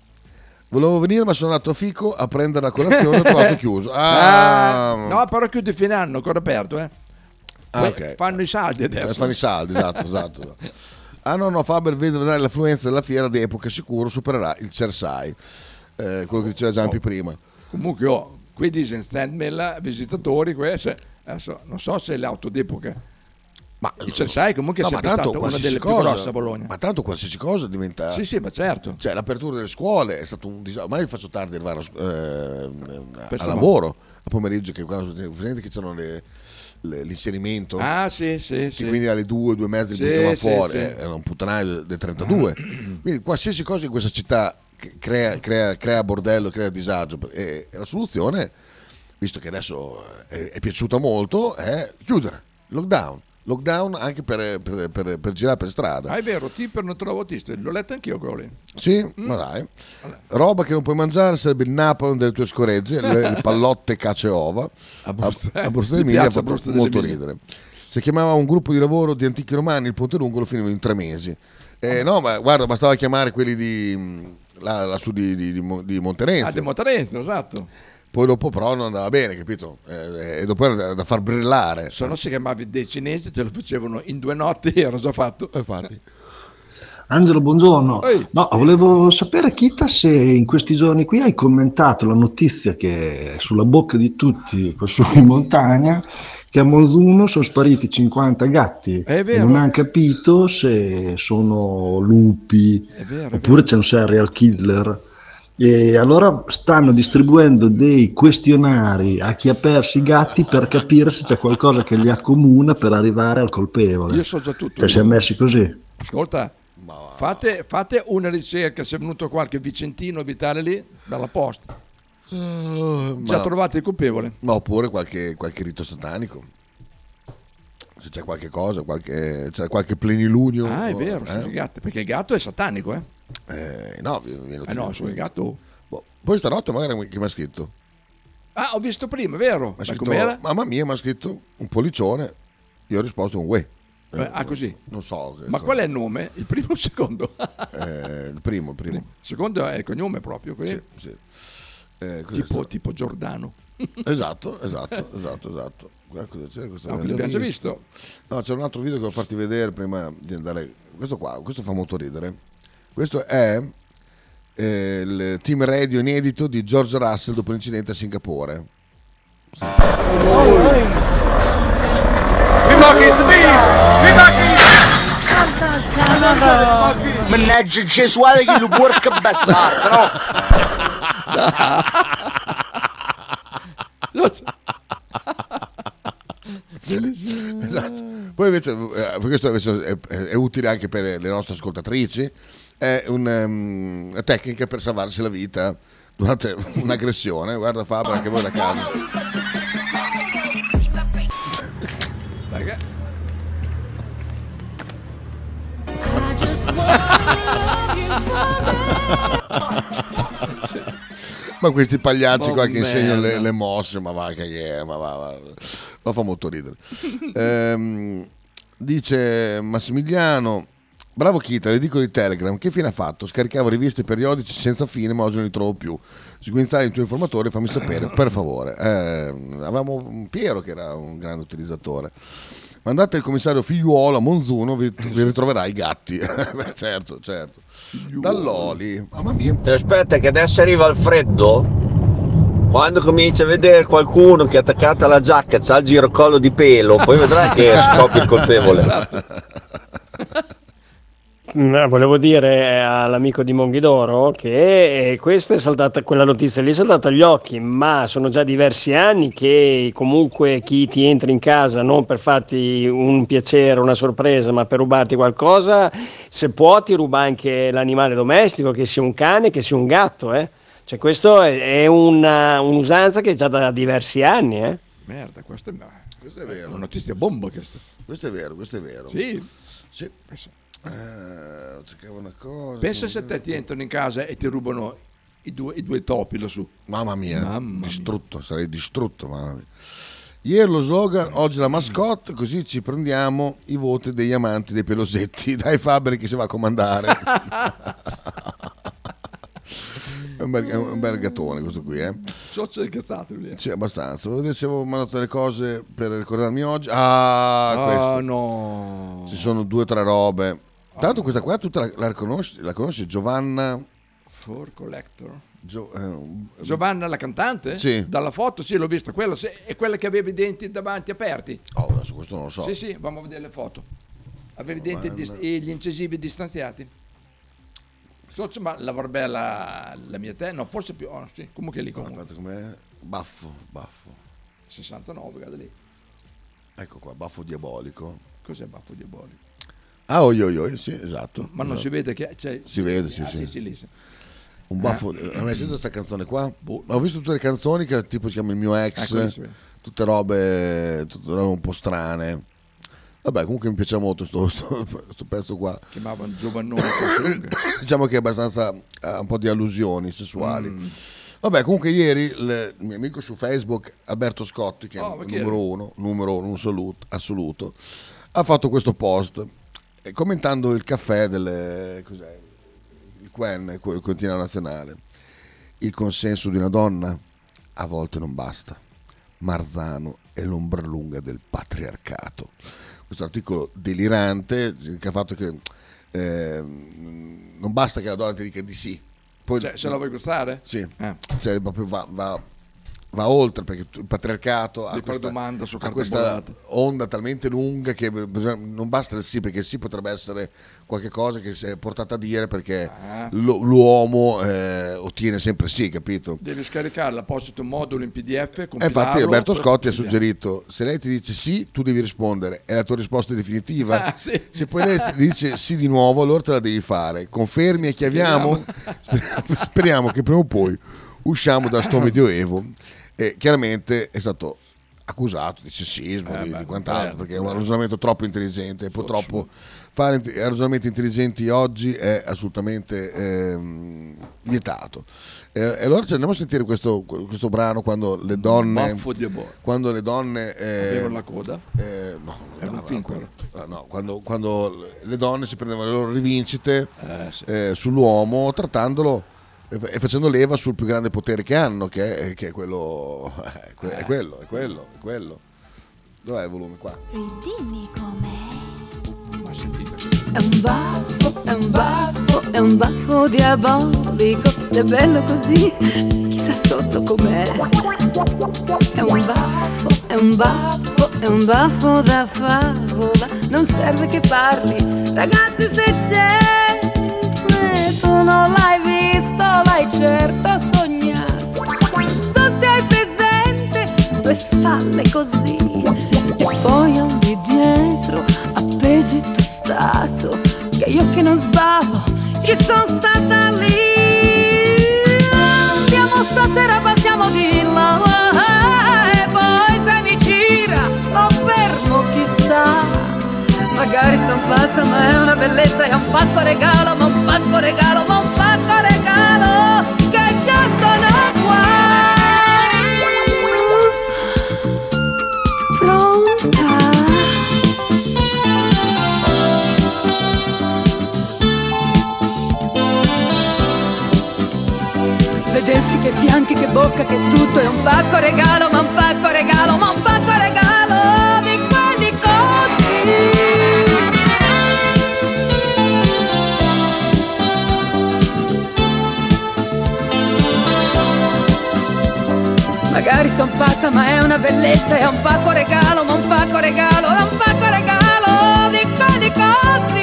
Volevo venire, ma sono andato a Fico a prendere la colazione e ho trovato chiuso. Ah, Ah, no, però chiude fine anno, ancora aperto, eh. Ah, Poi ok. fanno i saldi Eh, adesso. fanno i saldi, esatto, esatto. Ah no, no, Faber vede vedrà l'affluenza della fiera di epoca sicuro supererà il Cersai, eh, quello che diceva Giampi prima. Comunque, oh, qui dice stand mela, visitatori, queste, adesso, non so se è l'auto d'epoca. Ma il Cersai comunque è no, ma sempre tanto stata una qualsiasi delle più cosa- grosse a Bologna. Ma tanto qualsiasi cosa diventa. Sì, sì, ma certo. Cioè, l'apertura delle scuole è stato un disastro. Ormai faccio tardi ad arrivare a, eh, a Questo lavoro a pomeriggio, che quando presente che c'erano le, le- l'inserimento. Ah, sì, sì, che sì. quindi alle due, due e mezza li Sì, buttavano sì, fuori, sì. eh, era un puttanaio del trentadue. Quindi qualsiasi cosa in questa città che crea, crea, crea bordello, crea disagio. E, e la soluzione, visto che adesso è, è piaciuta molto, è chiudere, lockdown. Lockdown anche per, per, per, per girare per strada. Ah, è vero, Tipper non trovo autista, l'ho letto anch'io quello lì. Sì, ma dai. Roba che non puoi mangiare sarebbe il Napoli delle tue scoregge, le, le pallotte cace e ova. A Bruzza- a Bruzza Mi d'Emilia ha piace fatto Bruzza molto dell'Emilia. ridere. Si chiamava un gruppo di lavoro di antichi romani, il Ponte Lungo lo finiva in tre mesi. Eh, no, ma guarda, bastava chiamare quelli di mh, là, lassù di, di, di, Mo- di Monterenzi. Ah, di Monterenzi, esatto. Poi dopo però non andava bene, capito? Eh, e dopo era da, da far brillare. Se no si chiamavi dei cinesi, te lo facevano in due notti e era già fatto. Infatti. Angelo, buongiorno. No, volevo sapere, Chita, se in questi giorni qui hai commentato la notizia che è sulla bocca di tutti qua su in montagna, che a Monzuno sono spariti cinquanta gatti È e vero. non hanno capito se sono lupi È vero, è oppure c'è un serial killer. E allora stanno distribuendo dei questionari a chi ha perso i gatti per capire se c'è qualcosa che li accomuna per arrivare al colpevole. Io so già tutto. Cioè, si è messi così. Ascolta, fate, fate una ricerca se è venuto qualche vicentino a abitare lì, dalla posta. Uh, Già ma- trovate il colpevole. Ma oppure qualche, qualche rito satanico. se c'è qualche cosa, qualche, c'è qualche plenilunio. Ah, è vero, eh? sono i gatti, perché il gatto è satanico, eh? Eh, no, viene Eh no, sono il gatto. Boh. Poi stanotte magari chi mi ha scritto? Ah, ho visto prima, vero? Mi ha Ma scritto, com'era? mamma mia, mi ha scritto un pollicione. Io ho risposto un uè. Eh, ah, così? Non so. Ma cosa. qual è il nome? Il primo o il secondo? Eh, il primo, il primo. Il secondo è il cognome proprio, così? Sì, sì. Eh, cos'è tipo, stato? tipo Giordano. Esatto, esatto, esatto, esatto. Guarda cosa c'è, questo No, l'abbiamo che l'abbiamo già visto. No, c'è un altro video che devo farti vedere prima di andare. Questo qua, questo fa molto ridere. Questo è eh, il team radio inedito di George Russell dopo l'incidente a Singapore. Sì. Mannaggia Gesuale che lo porca bastardo, no? Esatto. Poi invece, eh, questo invece è, è, è utile anche per le nostre ascoltatrici, è un, um, una tecnica per salvarsi la vita durante un'aggressione. Guarda Fabio, anche voi da casa. Perché? Ma questi pagliacci Oh, qua che insegnano le, merda. le mosse, ma va che è, ma va, va, ma fa molto ridere. Ehm, dice Massimiliano, bravo Kita, le dico di Telegram, che fine ha fatto? Scaricavo riviste periodici senza fine, ma oggi non li trovo più. Sguinzai il tuo informatore, fammi sapere, per favore. Eh, avevamo un Piero che era un grande utilizzatore. Mandate il commissario Figliuolo a Monzuno, vi, vi ritroverà i gatti. Beh, certo, certo. Dall'Oli, mamma mia. Aspetta che adesso arriva il freddo. Quando cominci a vedere qualcuno che è attaccato alla giacca c'ha il girocollo di pelo, poi vedrai che scopri il colpevole. No, volevo dire all'amico di Monghidoro che questa è saltata, quella notizia lì è saltata agli occhi, ma sono già diversi anni che comunque chi ti entra in casa non per farti un piacere, una sorpresa, ma per rubarti qualcosa, se può ti ruba anche l'animale domestico, che sia un cane, che sia un gatto, eh. Cioè questo è, è una, un'usanza che è già da diversi anni, eh. Merda, questo è, Questo è vero. una notizia bomba questa. Questo è vero, questo è vero. Sì. Sì. Eh, cercavo una cosa. Pensa se te ti entrano in casa e ti rubano i due, i due topi lassù. Mamma mia, Mamma distrutto, mia. sarei distrutto. Mamma mia. Ieri lo slogan, oggi la mascotte, così ci prendiamo i voti degli amanti dei pelosetti. Dai Fabri che si va a comandare. È un bel, è un bel gattone questo qui, eh. Socio incazzato lì. Sì, abbastanza. Volevo vedere se avevo mandato delle cose per ricordarmi oggi. Ah, Ah, questo. no. Ci sono due o tre robe. Tanto questa qua tutta la, la conosci, la conosci Giovanna For Collector. Gio, eh, Giovanna la cantante? Sì. Dalla foto, sì, l'ho vista. Quella, sì, è quella che aveva i denti davanti aperti. Oh, adesso questo non lo so. Sì, sì, vamo a vedere le foto. Aveva i denti Giovanna. dis- e gli incisivi distanziati. So, ma lavora la, la mia te? No, forse più. Oh, sì, comunque lì comunque. Aspetta, com'è? Baffo, baffo. sessantanove, guarda lì. Ecco qua, baffo diabolico. Cos'è baffo diabolico? Ah, oi oi oi, sì, esatto. Ma non esatto. si vede che c'è. Si vede, sì, ah, sì. sì, sì, lì, sì. Un baffo. Eh. Hai mai sentito questa canzone qua? Boh. Ho visto tutte le canzoni che tipo si chiama Il mio ex, Ah, quello sì. tutte robe, tutte robe un po' strane. Vabbè, comunque mi piace molto sto, sto, sto pezzo qua. Chiamavano Giovannone Forte Lunga. Diciamo che è abbastanza ha un po' di allusioni sessuali. Mm. Vabbè, comunque ieri il mio amico su Facebook Alberto Scotti, che Oh, è ma il chi numero uno, numero uno assoluto, assoluto, ha fatto questo post eh, commentando il caffè del cos'è, il Quen, il quotidiano nazionale. Il consenso di una donna a volte non basta. Marzano è l'ombra lunga del patriarcato. Questo articolo delirante che ha fatto che eh, non basta che la donna ti dica di sì. Poi, Cioè, se la vuoi gustare? Sì, Eh. cioè, proprio va, va, va oltre perché il patriarcato ha Devi fare questa, domanda su ha carta questa bollata. onda talmente lunga che bisogna- non basta il sì, perché il sì potrebbe essere qualche cosa che si è portata a dire perché Ah. lo- l'uomo eh, ottiene sempre sì, capito? Devi scaricare l'apposito modulo in P D F. E infatti compilarlo, Alberto poi Scotti ha vediamo. suggerito, se lei ti dice sì, tu devi rispondere, è la tua risposta definitiva. Ah, sì. Se poi lei ti dice sì di nuovo, allora te la devi fare. Confermi e chiaviamo? Speriamo, speriamo che prima o poi usciamo da sto medioevo. E chiaramente è stato accusato di sessismo, Eh di, beh, di quant'altro, eh, perché è un eh. ragionamento troppo intelligente e purtroppo fare int- ragionamenti intelligenti oggi è assolutamente ehm, vietato. E eh, allora cioè, andiamo a sentire questo, questo brano quando le donne Baffo di Abor. quando le donne eh, Avevano la coda? eh, no, Era un no, film no, quello. no, no, quando, quando le donne si prendevano le loro rivincite Eh, sì. eh, sull'uomo, trattandolo e e facendo leva sul più grande potere che hanno, che è, che è quello, è, que- è quello, è quello, è quello. Dov'è il volume qua? Ridimmi com'è. Ma sentite. È un baffo, è un baffo, è un baffo diabolico. Se è bello così, chissà sotto com'è. È un baffo, è un baffo, è un baffo da favola. Non serve che parli, ragazzi, se c'è. Se tu non l'hai visto, l'hai certo sognato. Non so se hai presente due spalle così e poi un di dietro appesi tostato, che io che non sbavo ci sono stata lì. Andiamo stasera, passiamo di là e poi se mi gira lo fermo chissà. Magari son pazza ma è una bellezza, è un pacco regalo, ma un pacco regalo, ma un pacco regalo, che già sono qua. Pronta? Vedersi che fianchi, che bocca, che tutto è un pacco regalo, ma un pacco regalo, ma un pacco regalo di quelli così. Magari son pazza ma è una bellezza, è un pacco regalo, ma un pacco regalo, è un pacco regalo di quelli così.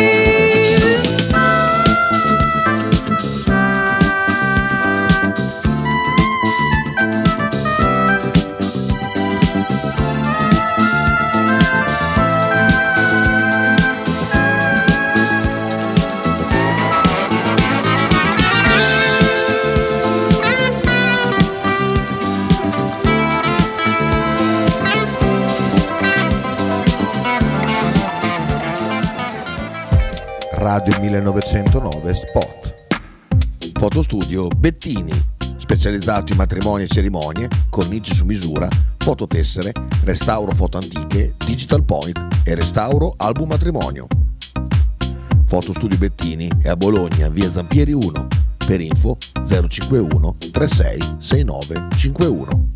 Radio millenovecentonove Spot. Fotostudio Bettini, specializzato in matrimoni e cerimonie, cornici su misura, fototessere, restauro foto antiche, digital point e restauro album matrimonio. Fotostudio Bettini è a Bologna, via Zampieri uno. Per info zero cinquantuno trentasei sessantanove cinquantuno.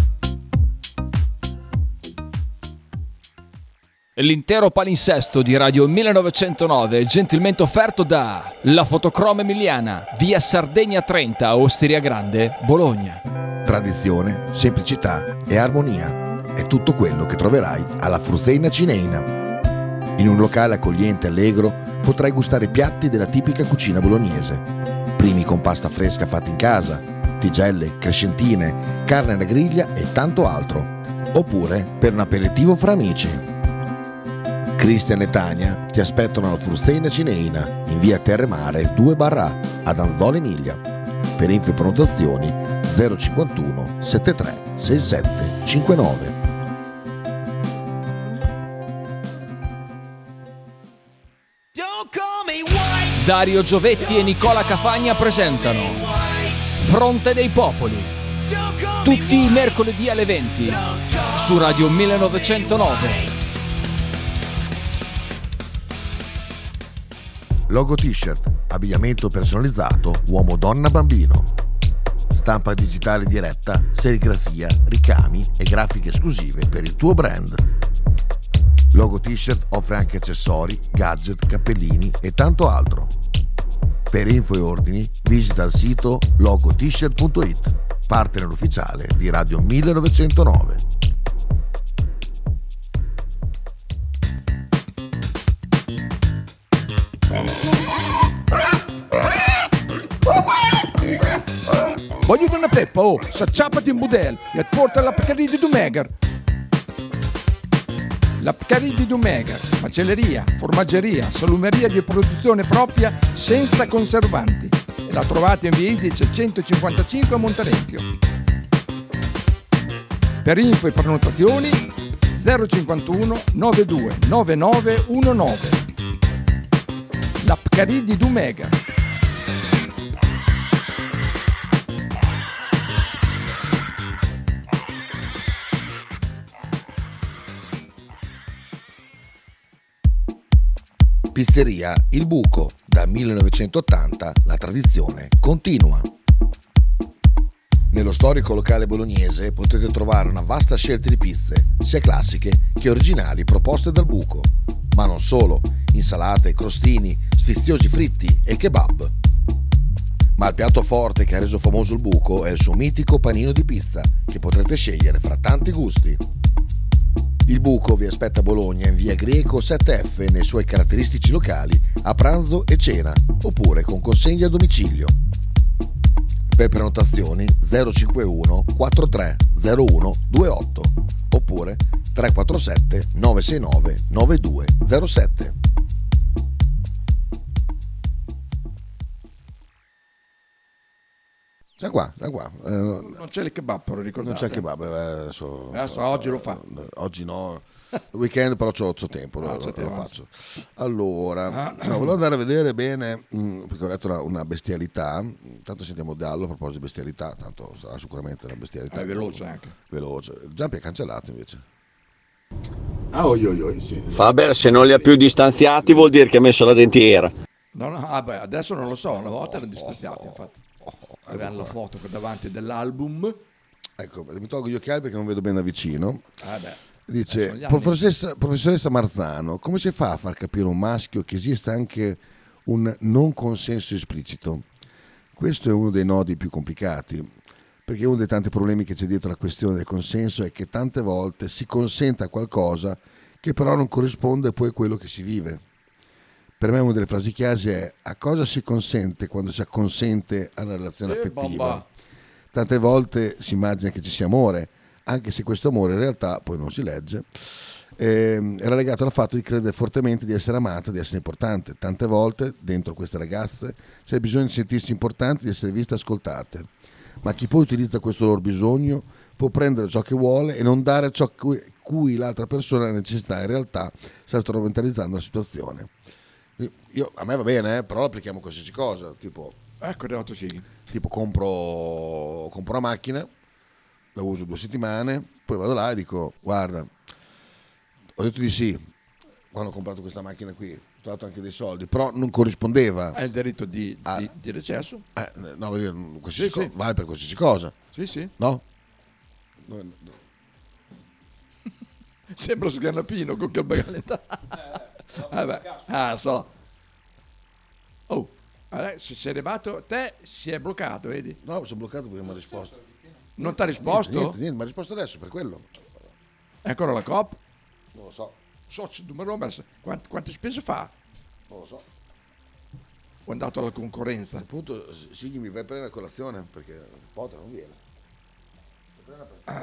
L'intero palinsesto di Radio millenovecentonove è gentilmente offerto da La Fotocroma Emiliana, via Sardegna trenta, Osteria Grande, Bologna. Tradizione, semplicità e armonia è tutto quello che troverai alla Fruzeina Cineina. In un locale accogliente e allegro potrai gustare piatti della tipica cucina bolognese. Primi con pasta fresca fatta in casa, tigelle, crescentine, carne alla griglia e tanto altro. Oppure per un aperitivo fra amici. Cristian e Tania ti aspettano alla Fruzeina Cineina in via Terremare due barra A ad Anzola Emilia. Per info e prenotazioni zero cinquantuno settantatré sessantasette cinquantanove. Dario Giovetti e Nicola Cafagna presentano Fronte dei Popoli, tutti i mercoledì alle venti su Radio millenovecentonove. Logo t-shirt, abbigliamento personalizzato uomo, donna, bambino. Stampa digitale diretta, serigrafia, ricami e grafiche esclusive per il tuo brand. Logo t-shirt offre anche accessori, gadget, cappellini e tanto altro. Per info e ordini visita il sito logo t shirt punto it, partner ufficiale di Radio millenovecentonove. Voglio una peppa, oh, s'acciappati in budel e porta la Pcaridi di Dumegar. La Pcaridi di Dumegar, macelleria, formaggeria, salumeria di produzione propria senza conservanti. E la trovate in via Idice centocinquantacinque a Monterezio. Per info e prenotazioni zero cinquantuno novantadue novantanove diciannove. La Pcarì di Dumega. Pizzeria Il Buco, da millenovecentottanta la tradizione continua. Nello storico locale bolognese potete trovare una vasta scelta di pizze, sia classiche che originali proposte dal Buco, ma non solo, insalate, crostini, sfiziosi fritti e kebab. Ma il piatto forte che ha reso famoso il Buco è il suo mitico panino di pizza, che potrete scegliere fra tanti gusti. Il Buco vi aspetta a Bologna in via Greco sette F nei suoi caratteristici locali a pranzo e cena, oppure con consegna a domicilio. Per prenotazioni zero cinquantuno quarantatré zero uno ventotto oppure tre quattro sette nove sei nove nove due zero sette. Già qua, già qua. Eh, non c'è il kebab, però ricordate. Non c'è il kebab, eh, adesso, adesso fa, oggi lo fa. Oggi no, il weekend però c'ho, c'ho tempo, no, lo, c'è lo, tempo, lo faccio. Allora, no, volevo andare a vedere bene, mh, perché ho letto una, una bestialità, tanto sentiamo Dallo a proposito di bestialità, tanto sarà sicuramente una bestialità. È veloce anche. Veloce. Giampi è cancellato invece. Ah, oi, oi, oi, sì. Faber, se non li ha più distanziati vuol dire che ha messo la dentiera. No, no, ah, beh, adesso non lo so, una volta erano distanziati, infatti. Avevano la foto per davanti dell'album. Ecco, mi tolgo gli occhiali perché non vedo bene da vicino. Ah, beh. Dice, Eh, professoressa, professoressa Marzano, come si fa a far capire a un maschio che esiste anche un non consenso esplicito? Questo è uno dei nodi più complicati, perché uno dei tanti problemi che c'è dietro la questione del consenso è che tante volte si consente a qualcosa che però non corrisponde poi a quello che si vive. Per me una delle frasi chiave è: a cosa si consente quando si acconsente alla relazione Eh, affettiva? bomba. Tante volte si immagina che ci sia amore, anche se questo amore in realtà poi non si legge. Eh, era legato al fatto di credere fortemente di essere amata, di essere importante. Tante volte dentro queste ragazze c'è bisogno di sentirsi importanti, di essere viste e ascoltate. Ma chi poi utilizza questo loro bisogno può prendere ciò che vuole e non dare ciò cui, cui l'altra persona ha necessità. In realtà sta strumentalizzando la situazione. Io, a me va bene, eh, però applichiamo qualsiasi cosa, tipo, ecco, arrivato sì. tipo compro, compro una macchina, la uso due settimane, poi vado là e dico: guarda, ho detto di sì quando ho comprato questa macchina qui, ho dato anche dei soldi, però non corrispondeva. Hai il diritto di, ah, di, di recesso? Eh, no, voglio dire, qualsiasi Sì, co- sì. vale per qualsiasi cosa. Sì, sì. No? No, no. Sembra sgannapino con quel bagaletta. Ah, beh. Ah, so. Oh, allora, se sei arrivato, te si è bloccato, vedi? No, sono bloccato perché mi ha risposto. Non ti ha risposto? Niente, niente, niente, mi ha risposto adesso, per quello. È ancora la Coop? Non lo so. Socio numero messo. Quante, quante spese fa? Non lo so. O è andato alla concorrenza? Appunto, Sighi mi vai a prendere la colazione perché il potere non viene. Ah.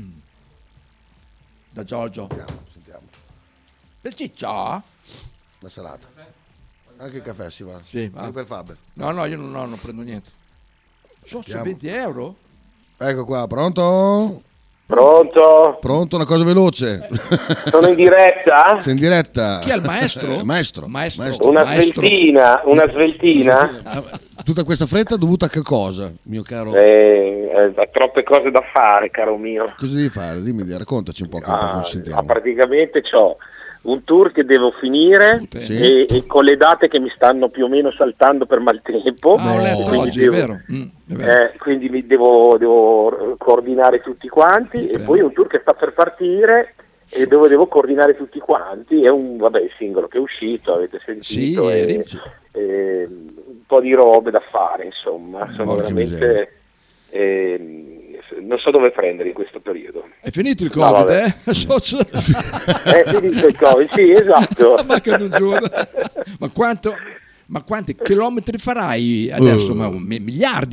Da Giorgio. Sentiamo, sentiamo. Per ciccio? La salata. Anche il caffè si va. Sì, anche va. per Faber. No, no, io non, no, non prendo niente. Socio, Sentiamo. venti euro? Ecco qua, pronto? Pronto? Pronto, una cosa veloce. Sono in diretta? Sei in diretta. Chi è il maestro? Eh, maestro. Maestro. Una Maestro. sveltina, una sveltina? Tutta questa fretta è dovuta a che cosa, mio caro? Eh, eh, troppe cose da fare, caro mio. Cosa devi fare? Dimmi, raccontaci un po' che un po' Ah, non sentiamo. praticamente c'ho un tour che devo finire Sì. e, e con le date che mi stanno più o meno saltando per maltempo. Ah, ho letto quindi oggi, devo- è vero. Mm, è vero. Eh, quindi mi devo, devo coordinare tutti quanti e poi un tour che sta per partire e dove devo coordinare tutti quanti. È un vabbè, il singolo che è uscito, avete sentito, Sì, e, ieri. e un po' di robe da fare, insomma. Sono Porca veramente ehm, non so dove prendere in questo periodo. È finito il No, Covid, vabbè. eh? Socio. È finito il Covid, sì, esatto. Ma che non giuro. Ma quanto, ma quanti chilometri farai adesso? Uh. Ma un- miliardi?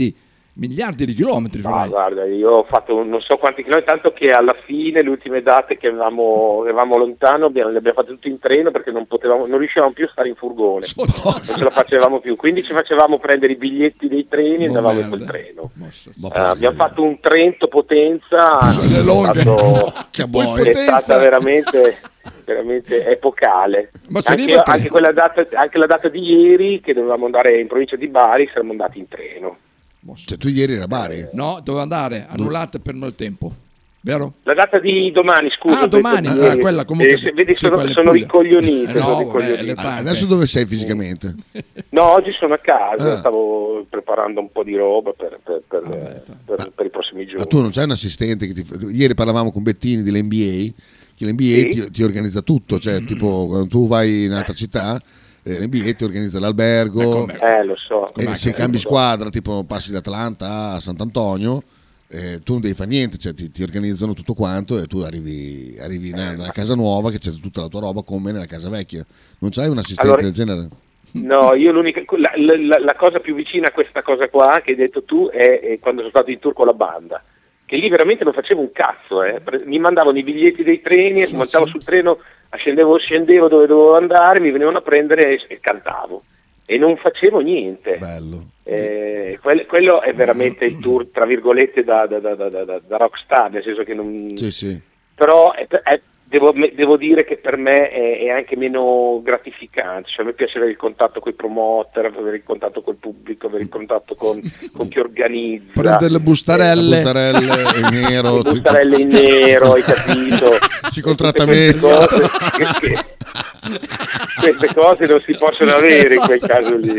miliardi di chilometri. No, guarda, io ho fatto non so quanti chilometri, tanto che alla fine le ultime date che avevamo, avevamo lontano abbiamo, le abbiamo fatte tutte in treno perché non potevamo, non riuscivamo più a stare in furgone, non ce la facevamo più, quindi ci facevamo prendere i biglietti dei treni e Oh, andavamo in merda. quel treno. Ma Eh, abbiamo fatto un Trento Potenza, le lunghe. è, stato- Che è boia. stata veramente, veramente epocale. Ma c'è Anche, lì per- anche quella data, anche la data di ieri che dovevamo andare in provincia di Bari, siamo andati in treno. Cioè tu ieri era a Bari? No, doveva andare, annullata per maltempo, vero? La data di domani, scusa. Ah, ho detto domani, di ah, ieri. quella comunque- Eh, se- vedi, sì, sono, quella è sono Puglia. ricoglionito. Eh no, sono vabbè, ricoglionito. le fa- Adesso dove sei fisicamente? No, oggi sono a casa, Ah. stavo preparando un po' di roba per, per- per- per- per i prossimi giorni. Ma tu non c'hai un assistente che ti fa- ieri parlavamo con Bettini dell'N B A, che l'N B A Sì. ti, ti organizza tutto, cioè tipo quando tu vai in un'altra città, eh, l'N B A ti organizza l'albergo, Eh, lo so. e se cambi squadra, tipo passi da Atlanta a Sant'Antonio, eh, tu non devi fare niente, cioè ti, ti organizzano tutto quanto e tu arrivi, arrivi nella, nella casa nuova che c'è tutta la tua roba come nella casa vecchia. Non c'hai un assistente Allora- del genere? No, io l'unica la, la- la cosa più vicina a questa cosa qua che hai detto tu è, è quando sono stato in tour con la banda, che lì veramente non facevo un cazzo, eh. Pre- mi mandavano i biglietti dei treni, Sì, montavo sì. sul treno, scendevo, scendevo dove dovevo andare, mi venivano a prendere e, e cantavo e non facevo niente. Bello. Eh, quel- quello è veramente il tour tra virgolette da, da, da, da, da, da rockstar, nel senso che non... Sì, sì. però è- è- devo, me- devo dire che per me è, è anche meno gratificante, cioè a me piace avere il contatto con i promoter, avere il contatto col pubblico, avere il contatto con, con chi organizza, Prendere le bustarelle. Le bustarelle in nero, le bustarelle in nero, hai capito? si contratta Tutte queste meglio. cose che- che- queste cose non si possono avere in quel caso lì.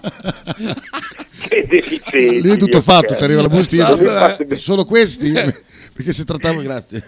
Che deficienti. Lì è tutto io, fatto, perché- ti arriva la bustina. Esatto. Solo questi? Perché se trattavo, grazie.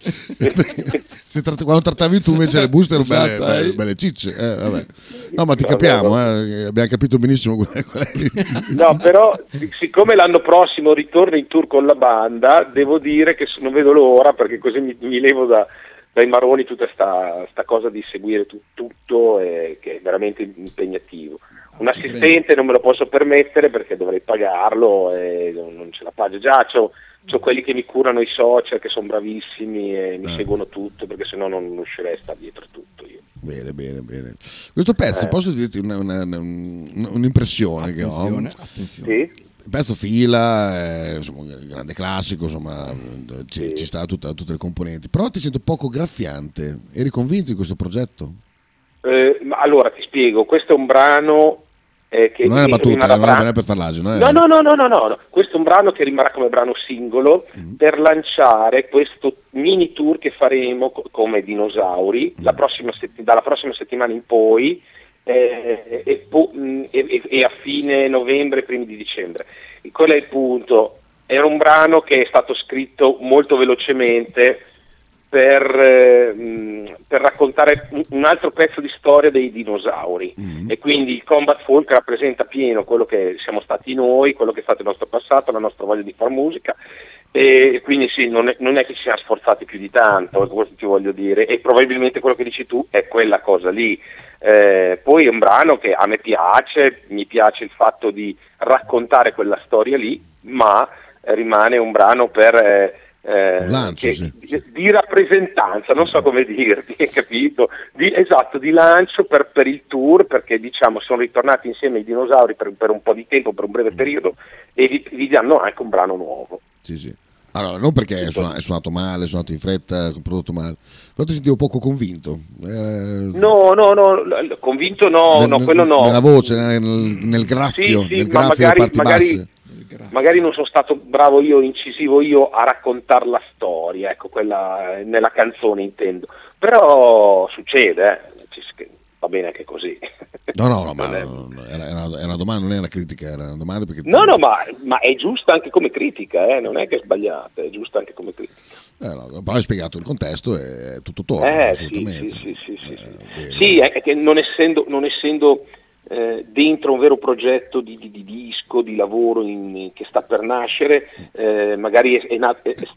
Se tratt- quando trattavi tu invece le buste erano belle, Esatto, belle, eh. belle cicce. eh, vabbè. No, ma ti No, capiamo, no, eh, abbiamo capito benissimo qual è. Qual è. No, però sic- siccome l'anno prossimo ritorno in tour con la banda, devo dire che s- non vedo l'ora perché così mi, mi levo da, dai maroni tutta sta, sta cosa di seguire tu- tutto, eh, che è veramente impegnativo. Un assistente non me lo posso permettere perché dovrei pagarlo e non, non ce la pago già. C'ho, c'ho quelli che mi curano i social che sono bravissimi e mi Eh. seguono tutto perché sennò non riuscirei a stare dietro tutto io. Bene, bene, bene. Questo pezzo, Eh. posso dirti una- una- una- un'impressione che ho? Attenzione, attenzione. Sì? Il pezzo fila, è, insomma, un grande classico, insomma, ci, ci sta tutta- tutte le componenti. Però ti sento poco graffiante. Eri convinto di questo progetto? Eh, ma allora ti spiego, questo è un brano eh, che Non è una battuta, rimarrà eh, non è- brano- non è per far l'asino. eh. No, no, no, no, no, no, no. Questo è un brano che rimarrà come brano singolo Mm. per lanciare questo mini tour che faremo co- come dinosauri Mm. la prossima setti- dalla prossima settimana in poi eh, e, po- mh, e- e- e a fine novembre, primi di dicembre. E quello è il punto. Era un brano che è stato scritto molto velocemente per, eh, mh, per raccontare un, un altro pezzo di storia dei dinosauri e quindi il Combat Folk rappresenta pieno quello che siamo stati noi, quello che è stato il nostro passato, la nostra voglia di fare musica e quindi sì, non è, non è che ci siamo sforzati più di tanto, questo ti voglio dire, e probabilmente quello che dici tu è quella cosa lì. Eh, poi è un brano che a me piace, mi piace il fatto di raccontare quella storia lì, ma eh, rimane un brano per eh, eh, lancio, che- sì. di, di rappresentanza, non so come dirti, hai capito? Di, esatto, di lancio per, per il tour, perché diciamo sono ritornati insieme i dinosauri per, per un po' di tempo, per un breve periodo, e vi, vi danno anche un brano nuovo. Sì, sì. Allora, non perché è suonato, è suonato male, è suonato in fretta, è prodotto male, però ti sentivo poco convinto. Eh, No, no, no, l- convinto no, nel- no, quello no. Nella voce, nel, nel graffio, Sì, sì, nel ma graffio magari- le parti magari- basse. Magari non sono stato bravo io, incisivo io a raccontare la storia, ecco, quella nella canzone intendo. Però succede, eh, ci- va bene anche così. No, no, no, ma Non è- era, era una, era una domanda, non era una critica, era una domanda perché... No, no, ma, ma è giusta anche come critica, eh, non è che è sbagliata, è giusta anche come critica. Eh, no, però hai spiegato il contesto e è tutto torto, Eh, sì, assolutamente. sì, sì, sì, sì, sì. bene. Sì, è che non essendo, non essendo eh, dentro un vero progetto di, di- di disco, di lavoro in- che sta per nascere, eh, magari è, è nat- è-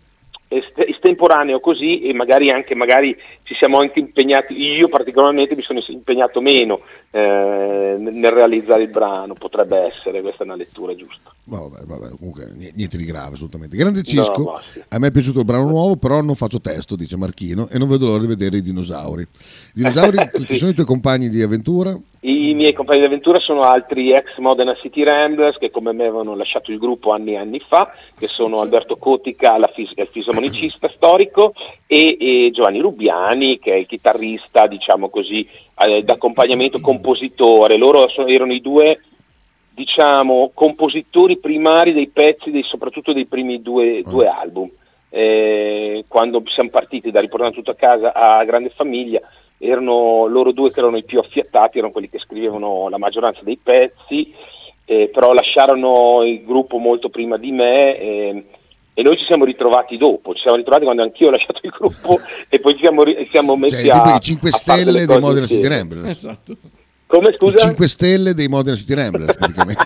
est- estemporaneo così, e magari anche magari ci siamo anche impegnati, io particolarmente mi sono impegnato meno eh, nel realizzare il brano, potrebbe essere, questa è una lettura giusta. Vabbè, vabbè, comunque niente di grave assolutamente. Grande Cisco, No, ma sì. a me è piaciuto il brano nuovo, però non faccio testo, dice Marchino, e non vedo l'ora di vedere i dinosauri. I dinosauri, chi sono i tuoi compagni di avventura? I miei compagni di avventura sono altri ex Modena City Ramblers che come me avevano lasciato il gruppo anni e anni fa, che sono Alberto Cotica, la fis- il fisiomonicista storico, e, e Giovanni Rubiani, che è il chitarrista, diciamo così, eh, d'accompagnamento, compositore. Loro sono, erano i due, diciamo, compositori primari dei pezzi, dei, soprattutto dei primi due, due album. Eh, quando siamo partiti da Riportando tutto a casa a Grande Famiglia, erano loro due che erano i più affiattati, erano quelli che scrivevano la maggioranza dei pezzi, eh, però lasciarono il gruppo molto prima di me, eh, e noi ci siamo ritrovati dopo, ci siamo ritrovati quando anch'io ho lasciato il gruppo e poi ci siamo, ri- siamo messi Cioè, tipo a i cinque a fare delle stelle dei cose Modena City insieme. Ramblers. Esatto. Come, scusa? I cinque stelle dei Modena City Ramblers praticamente.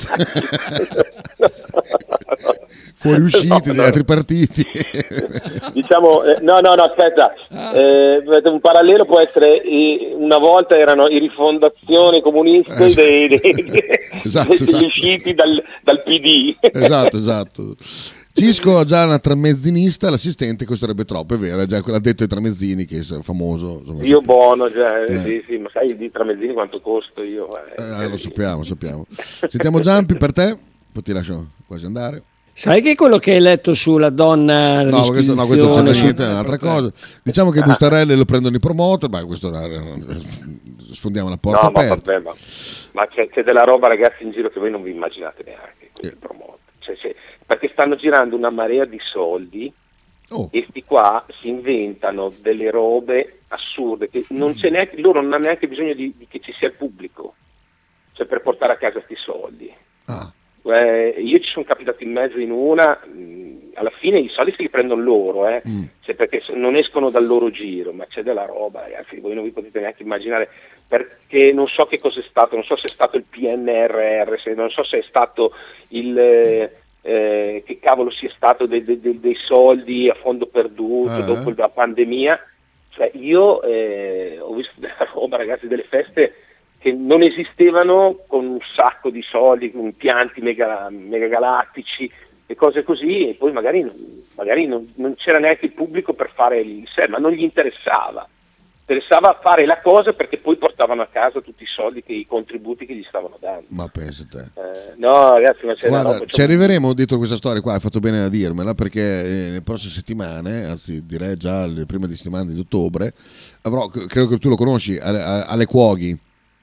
Fuoriusciti No, dagli no. altri partiti. Diciamo, eh, no, no, no, aspetta, eh, un parallelo può essere, eh, una volta erano i rifondazioni comuniste Eh, dei, dei, dei- esatto, degli esatto. usciti dal, dal P D. Esatto, esatto. Cisco ha già una tramezzinista, l'assistente costerebbe troppo, è vero, è già quella detto ai tramezzini che è famoso. Insomma, Io buono, cioè, Eh. sì, sì, ma sai di tramezzini quanto costo io? Eh, Eh, lo sappiamo, sappiamo. Sentiamo Giampi per te, poi ti lascio quasi andare. Sai che quello che hai letto sulla donna, No, questo, no, questo l'iscrizione c'è su- niente, è un'altra cosa. Diciamo che i bustarelle lo prendono i promoter, ma questo sfondiamo la porta No, ma aperta. vabbè, ma, ma c'è, c'è della roba, ragazzi, in giro che voi non vi immaginate neanche, questi promoter. Cioè, c'è- perché stanno girando una marea di soldi, Oh. e sti qua si inventano delle robe assurde, che non c'è neanche, loro non hanno neanche bisogno di, di che ci sia il pubblico, cioè per portare a casa sti soldi. Ah. Eh, io ci sono capitato in mezzo in una, mh, alla fine i soldi se li prendono loro, eh, Mm. cioè perché so- non escono dal loro giro, ma c'è della roba, ragazzi, voi non vi potete neanche immaginare, perché non so che cosa è stato, non so se è stato il P N R R, se, non so se è stato il, eh, eh, che cavolo sia stato dei, dei- dei- dei soldi a fondo perduto Ah. dopo la pandemia, cioè io eh, ho visto della roba, ragazzi, delle feste che non esistevano, con un sacco di soldi, con impianti mega, megagalattici e cose così, e poi magari, magari non, non c'era neanche il pubblico per fare il sé, ma non gli interessava. Interessava fare la cosa perché poi portavano a casa tutti i soldi, che, i contributi che gli stavano dando. Ma pensa te. Eh, no, ragazzi, ma c'è una Guarda, roba, ci c'è un- arriveremo dietro questa storia qua, hai fatto bene a dirmela, perché eh, nelle prossime settimane, anzi direi già le prime di settimane di ottobre, avrò, credo che tu lo conosci, Ale- Ale Cuoghi.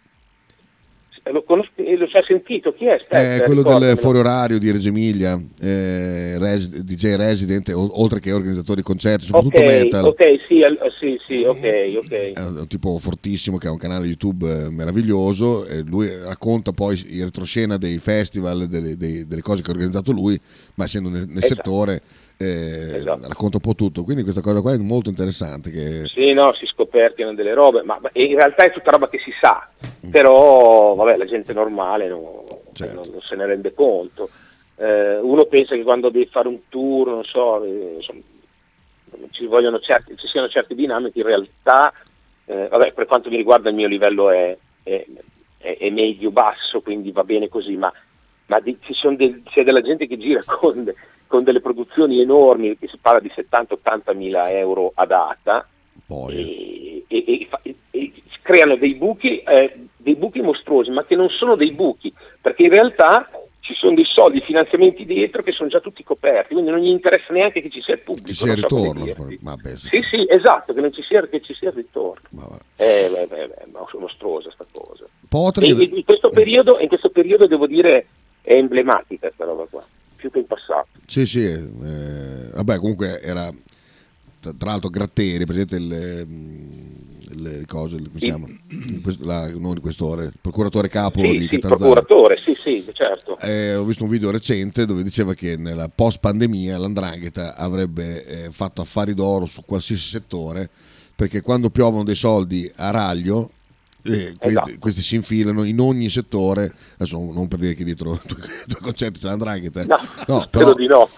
lo conosco, eh, lo hai sentito? Chi è? Aspetta, È quello del ricordamelo. fuori orario di Reggio Emilia, eh, res- D J resident, o- oltre che organizzatore di concerti, soprattutto Ok, metal. ok, sì, al- sì, sì, ok, ok. È un tipo fortissimo che ha un canale YouTube eh, meraviglioso, e lui racconta poi in retroscena dei festival, delle, dei- delle cose che ha organizzato lui, ma essendo nel, nel Esatto. settore eh, racconta un po' tutto, quindi questa cosa qua è molto interessante. Che... Sì, no, si scoperchiano delle robe, ma ma in realtà è tutta roba che si sa, però vabbè, la gente normale non, Certo. non- non se ne rende conto. Eh, uno pensa che quando devi fare un tour, non so, eh, insomma, ci vogliono certi, ci siano certe dinamiche, in realtà, eh, vabbè, per quanto mi riguarda il mio livello è, è, è- è medio-basso, quindi va bene così, ma, ma di- ci sono del- c'è della gente che gira con, de- con delle produzioni enormi, che si parla di settanta ottanta mila euro a data, e, e- e fa- e- e creano dei buchi, eh, dei buchi mostruosi, ma che non sono dei buchi, perché in realtà ci sono dei soldi, finanziamenti dietro che sono già tutti coperti, quindi non gli interessa neanche che ci sia il pubblico. Che sia il non so come ritorno. dirti. Ma beh, Sì, sì, esatto, che non ci sia, che ci sia il ritorno. Eh, beh, beh, beh, ma è mostruosa sta cosa. Potri- E, e in, questo periodo, in questo periodo devo dire è emblematica questa roba qua, più che in passato. Sì, sì, eh, vabbè, comunque era tra, tra l'altro Gratteri, presente il, mm, le cose, il- come si chiama? Il quest- la- non il questore, il procuratore capo Sì, di sì, Catanzaro. procuratore, sì, sì, certo. Eh, ho visto un video recente dove diceva che nella post pandemia l'Andrangheta avrebbe eh, fatto affari d'oro su qualsiasi settore, perché quando piovono dei soldi a raglio eh, questi, Esatto. questi si infilano in ogni settore. Adesso non per dire che dietro due, due concerti c'è l'Andrangheta, eh. No, no, spero però, di no.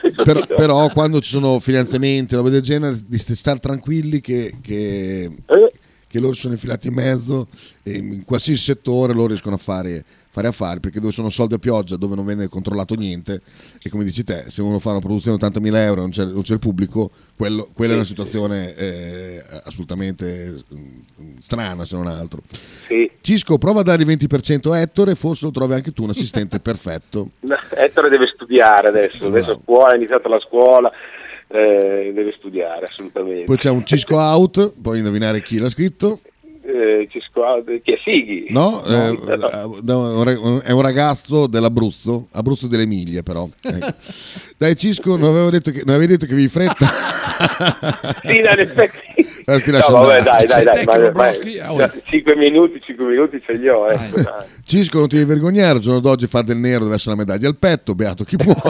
però, però quando ci sono finanziamenti, roba del genere, di stare tranquilli che, che, Eh? che loro sono infilati in mezzo e in qualsiasi settore loro riescono a fare, fare affari, perché dove sono soldi a pioggia, dove non viene controllato niente, e come dici te, se uno fa una produzione di ottantamila euro e non c'è, non c'è il pubblico, quello, quella è una situazione eh, assolutamente mm, strana, se non altro. Sì. Cisco, prova a dare il venti per cento a Ettore, forse lo trovi anche tu un assistente perfetto. No, Ettore deve studiare adesso, adesso a scuola, ha iniziato la scuola, eh, deve studiare assolutamente. Poi c'è un Cisco out, puoi indovinare chi l'ha scritto? Eh, Cisco, chi è Sighi? No, No, eh, no. è un ragazzo dell'Abruzzo, Abruzzo dell'Emilia però. Ecco. Dai Cisco, non avevo detto che, non avevi detto che avevi fretta? Sì, no, in effetti. Eh, ti No, lascio vabbè, andare. dai, dai, dai, ma, ma, blocchi, ah, cinque minuti, cinque minuti ce li ho, ecco, dai. Cisco, non ti devi vergognare, il giorno d'oggi far del nero deve essere una medaglia al petto, beato chi può.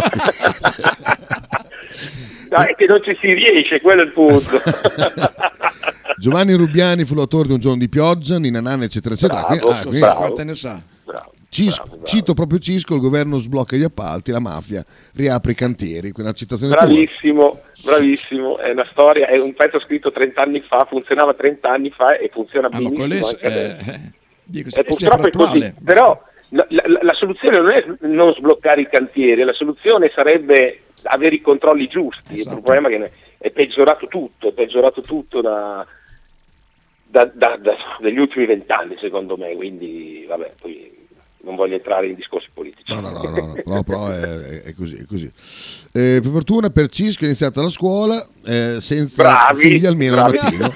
No, è che non ci si riesce, quello è il punto. Giovanni Rubiani fu l'autore di Un giorno di pioggia, Nina Nanna, eccetera, eccetera. Bravo, Quindi- ah, quindi- bravo. Quante ne sa? Bravo, Cisco- bravo, bravo. Cito proprio Cisco, il governo sblocca gli appalti, la mafia riapre i cantieri, quella citazione tua. Bravissimo, bravissimo, è una storia, è un pezzo scritto trenta anni fa, funzionava trenta anni fa e funziona Ah, ma benissimo quello è, anche adesso. eh, dico, E è purtroppo è sempre così, attuale. però la, la- la soluzione non è non sbloccare i cantieri, la soluzione sarebbe avere i controlli giusti. Esatto. Il problema è che è peggiorato tutto, è peggiorato tutto da, da, da- da- dagli ultimi vent'anni secondo me, quindi vabbè, poi non voglio entrare in discorsi politici. No, no, no, no, no, però, però è, è- è così. È così. Eh, per fortuna per Cisco è iniziata la scuola eh, senza Bravi, figli almeno al bravi. mattino.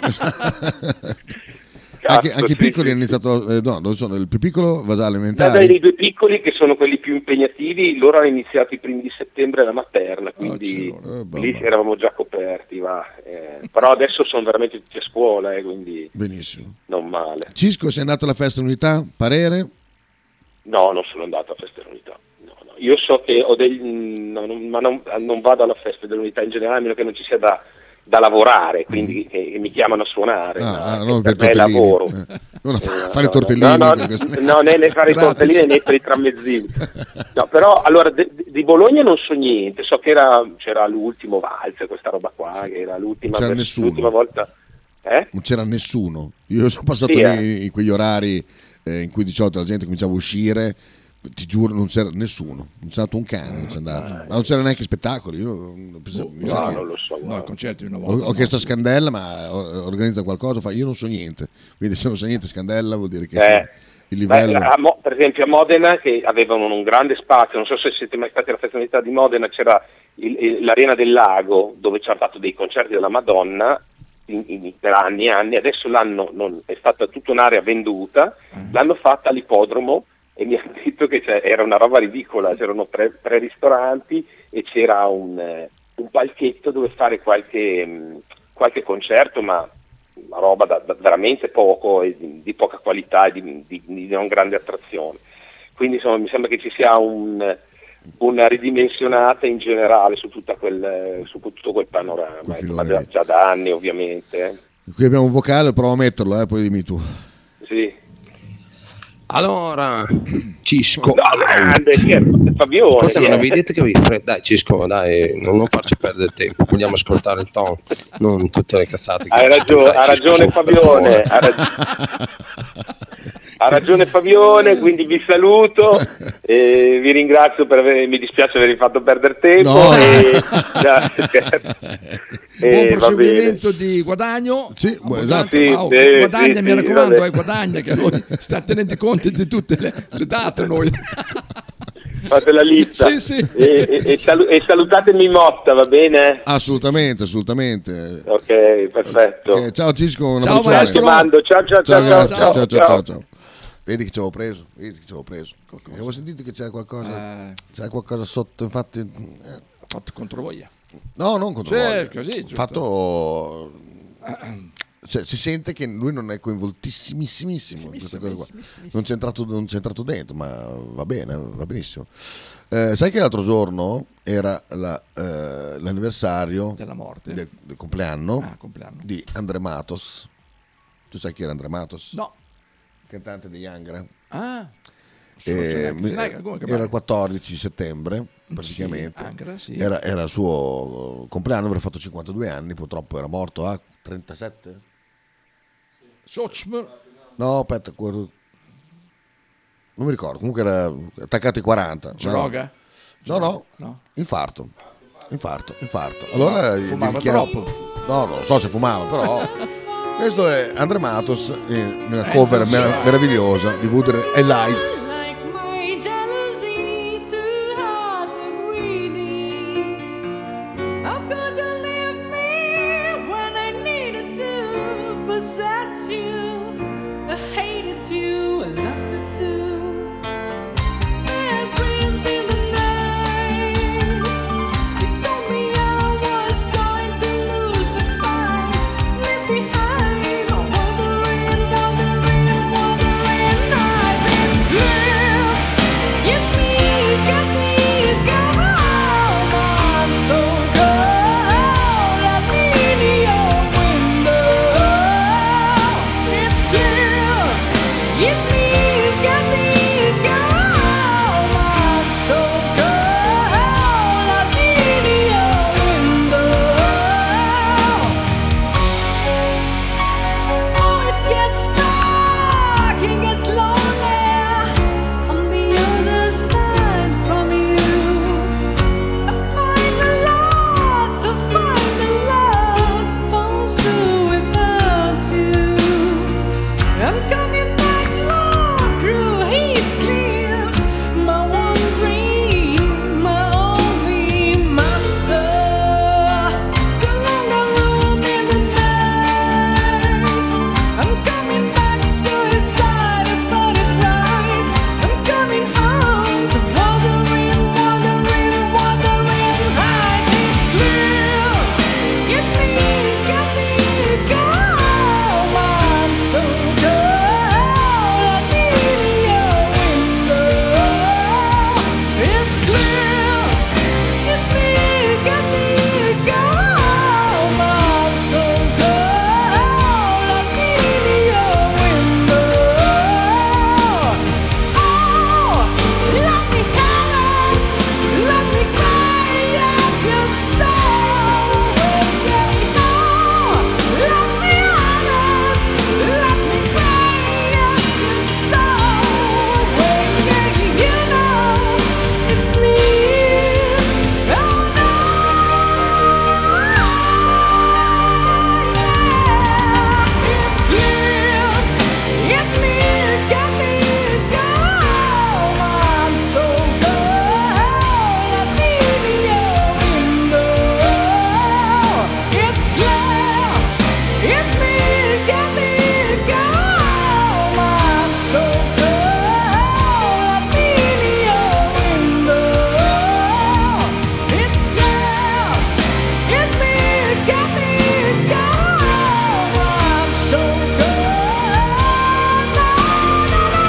anche Cazzo, anche i sì, piccoli sì, hanno iniziato, eh, no, dove sono? Il più piccolo va già Da- elementare. dai due piccoli che sono quelli più impegnativi, loro hanno iniziato i primi di settembre la materna, quindi Eh, bah, lì bah. eravamo già coperti, va. Eh, però adesso sono veramente tutti a scuola, eh, quindi Benissimo. non male. Cisco, sei andato alla festa dell'unità? Parere? No, non sono andato a festa dell'unità. No, no. Io so che ho dei, no, non- ma non, non vado alla festa dell'unità in generale, a meno che non ci sia da, da lavorare, quindi che, che mi chiamano a suonare. Ah, ma ah, che non per per me è tortellini. lavoro. Eh. Non a fa- Eh, fare no, tortellini. No, no, perché- no, né, né fare i Gratis. tortellini né per i tramezzini. No, però allora de- de- di Bologna non so niente, so che era, c'era l'ultimo valzer, questa roba qua, che era l'ultima, c'era vers- nessuno. l'ultima volta. Eh? Non c'era nessuno. Io sono passato Sì, lì eh. in quegli orari eh, in cui di solito la gente cominciava a uscire. Ti giuro, non c'era nessuno, non c'è andato un cane, non c'è andato. Ma non c'era neanche spettacoli. Io non pensavo- mi sa No, che- non lo so. No, guarda. i concerti di una ho, volta. ho chiesto a Scandella, ma o- organizza qualcosa. Fa, io non so niente. Quindi, se non sa niente, Scandella vuol dire che Eh, il livello. beh, a Mo- per esempio a Modena, che avevano un grande spazio, non so se siete mai stati alla festa dell'unità di Modena, c'era il- il- l'Arena del Lago dove ci hanno fatto dei concerti della Madonna in- in- per anni e anni. Adesso l'hanno, non, è stata tutta un'area venduta, l'hanno fatta all'ippodromo e mi hanno detto che c'è- era una roba ridicola, c'erano tre, tre ristoranti e c'era un, eh, un palchetto dove fare qualche, mh, qualche concerto, ma una roba da, da- veramente poco e di, di poca qualità e di, di- di non grande attrazione. Quindi insomma mi sembra che ci sia un, una ridimensionata in generale su, tutta quel, su tutto quel panorama, Quel ecco, filone ma già, lì. già da anni ovviamente. eh. Qui abbiamo un vocale, provo a metterlo, eh, poi dimmi tu. Sì. Allora, Cisco, No, grande, chi è? Fabione. ascolta, chi non è? avevi detto che avevi fretta? Dai, Cisco, dai, non, non farci perdere tempo, vogliamo ascoltare il tono, non tutte le cazzate. che Hai dici. ragione, Dai, ha Cisco, ragione su, per Fabione, favore. ha, rag- ha ragione Fabione, quindi vi saluto e vi ringrazio per aver, mi dispiace avervi fatto perdere tempo No. e, già, Buon e va bene. proseguimento di guadagno. Sì, bu- Abbondante, esatto. ma, oh, Sì, sì, guadagna, sì, mi sì, raccomando, vabbè. eh, guadagna che noi stiamo tenendo conto di tutte le, le date noi. Fate la lista. Sì, sì. E, e- e salu- e salutatemi Motta, va bene? Assolutamente, assolutamente. Ok, perfetto. Ok, ciao Cisco, un Ciao, abbraccione. maestro. Mando, ciao ciao ciao Ciao, ciao grazie. ciao, ciao, ciao, ciao. ciao, ciao. Vedi che ci avevo preso, vedi che ci avevo preso. Avevo sentito che c'era qualcosa, Eh. c'era qualcosa sotto, infatti. eh, Fatto contro voglia. No, non contro Sì, voglia. così, giusto. Fatto. Cioè, si sente che lui non è coinvoltissimissimo in questa cosa qua. Non c'è entrato, non c'è entrato dentro, ma va bene, va benissimo. Eh, sai che l'altro giorno era la, eh, l'anniversario Della morte. del, del compleanno, Ah, compleanno. di André Matos. Tu sai chi era André Matos? No. Cantante degli Angra. Ah, E, c'è neanche- comunque, era ma- il quattordici settembre praticamente. Sì, anche là, sì. era, era il suo compleanno, aveva fatto cinquantadue anni, purtroppo era morto a trentasette. Sochmer. No, aspetta, quel- non mi ricordo, comunque era attaccato ai quaranta. Droga? No, no, No. infarto. Infarto, infarto. Allora gli Fumava chiamo- troppo. No, non so se fumava, però. Questo è Andre Matos in una Eh, cover attenzione. mer- meravigliosa di Wuthering and Lights. My jealousy too hard to greedy. How could you leave me when I needed to possess you? I hated you, I loved you too. I had dreams in the night. You told me I was going to lose the fight. Leave behind, wandering, wandering, wandering nights. It's clear, it's me, you got me, come home. I'm so cold, let me in your window. It's clear, it's me, you got me, come home. I'm so cold, let me in your window. Oh, it gets dark, it gets lonely on the other side from you. I find a lot to find a lot falls through without you. I'm coming back, Lord, through Heathcliff, my one dream, my only master. Too long I roam in the night. I'm coming back to his side, but it right. I'm coming home to wandering, wandering, wandering heights. It's clear, it's me, got me, go home. I'm so cold, let me in your window. It's clear, it's me, got me, go home. I'm so cold, let me in your window. Oh, let me have it, let me cry out your soul. Yeah, oh, let me have it, let me cry out your soul. Yeah, you know it's me. Oh no, it's clear, it's me, got me, go home. I'm so cold, let me in your window. It's clear, it's me, got me, go home. I'm so cold, let me in your window. It's clear, it's me, got me, go home. I'm so cold, no, no, no.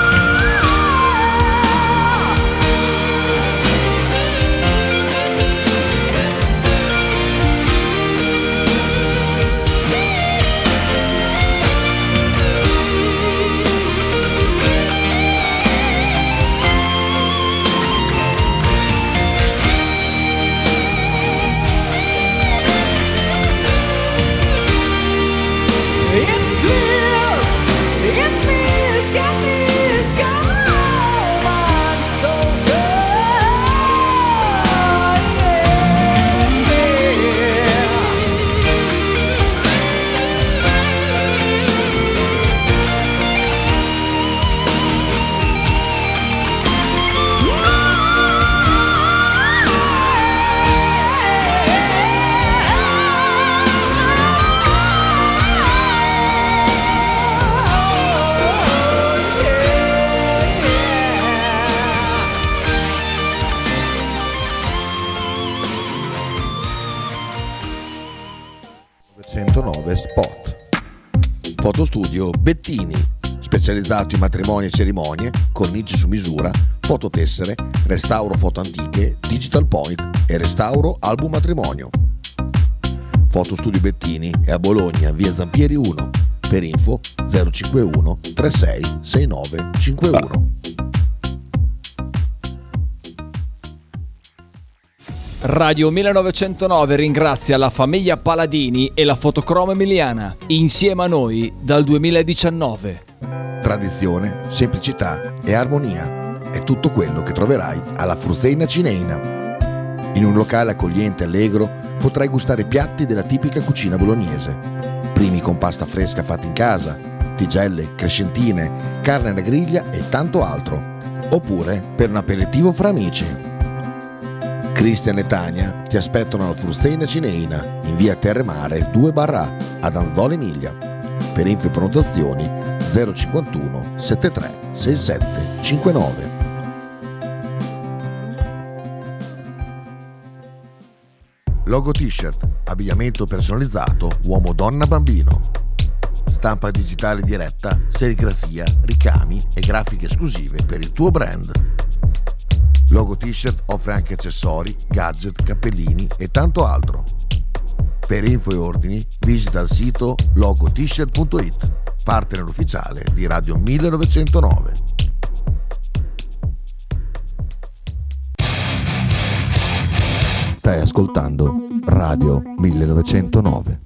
It's clear, it's me, got me, go home. I'm so cold, yeah, yeah. centonove Spot. Fotostudio Bettini, specializzato in matrimoni e cerimonie, cornici su misura, fototessere, restauro foto antiche, digital point e restauro album matrimonio. Fotostudio Bettini è a Bologna, via Zampieri uno. Per info zero cinquantuno trentasei sessantanove cinquantuno. Radio millenovecentonove ringrazia la famiglia Paladini e la Fotocromo Emiliana, insieme a noi dal duemiladiciannove. Tradizione, semplicità e armonia è tutto quello che troverai alla Fruzeina Cineina. In un locale accogliente e allegro potrai gustare piatti della tipica cucina bolognese. Primi con pasta fresca fatta in casa, tigelle, crescentine, carne alla griglia e tanto altro. Oppure per un aperitivo fra amici. Cristian e Tania ti aspettano alla Fruzeina Cineina in via Terremare due barra A ad Anzola Emilia. Per info e prenotazioni zero cinquantuno settantatré sessantasette cinquantanove. Logo T-shirt, abbigliamento personalizzato uomo, donna, bambino. Stampa digitale diretta, serigrafia, ricami e grafiche esclusive per il tuo brand. Logo T-shirt offre anche accessori, gadget, cappellini e tanto altro. Per info e ordini visita il sito logo t shirt punto it, partner ufficiale di Radio millenovecentonove. Stai ascoltando Radio millenovecentonove.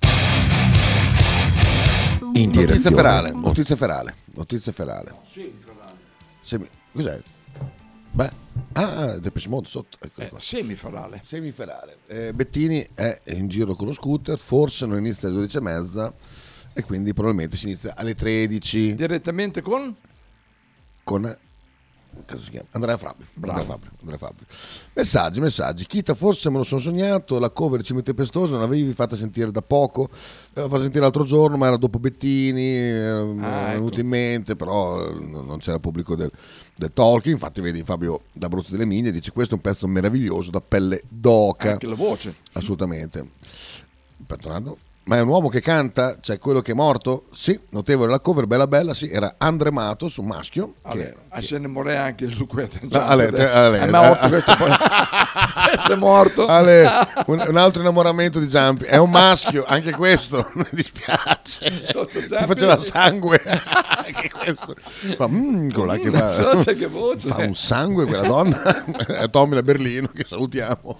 In Notizia direzione ferale, notizia ferale, notizia ferale. Semi, cos'è? Beh, ah, Depeche Mode sotto. Eh, semiferale. Semiferale. Eh, Bettini è in giro con lo scooter, forse non inizia alle dodici e mezza e quindi probabilmente si inizia alle tredici. Direttamente con? Con cosa si chiama? Andrea Fabri. Andrea Fabri. Andrea Fabri. Messaggi, messaggi. Chita, forse me lo sono sognato, la cover di Cime Tempestoso non l'avevi fatta sentire da poco, l'avevo fatta sentire l'altro giorno, ma era dopo Bettini, ah, mi è venuto in mente, però non c'era pubblico del, del talking. Infatti vedi Fabio d'Abruzzo delle Migne dice questo è un pezzo meraviglioso da pelle d'oca. Anche la voce. Assolutamente. Perdonando. Ma è un uomo che canta? Cioè quello che è morto? Sì, notevole la cover, bella bella, sì, era Andre Matos, un maschio. Che, che... se ne morì anche il Luquete. No, ale, te, ale, è morto, questo, poi... questo è morto. Ale, un, un altro innamoramento di Giampi, è un maschio, anche questo, mi dispiace. Ti faceva sangue, anche questo. Fa, mm, là che fa, so che voce. Fa un sangue quella donna, è Tommy da Berlino, che salutiamo.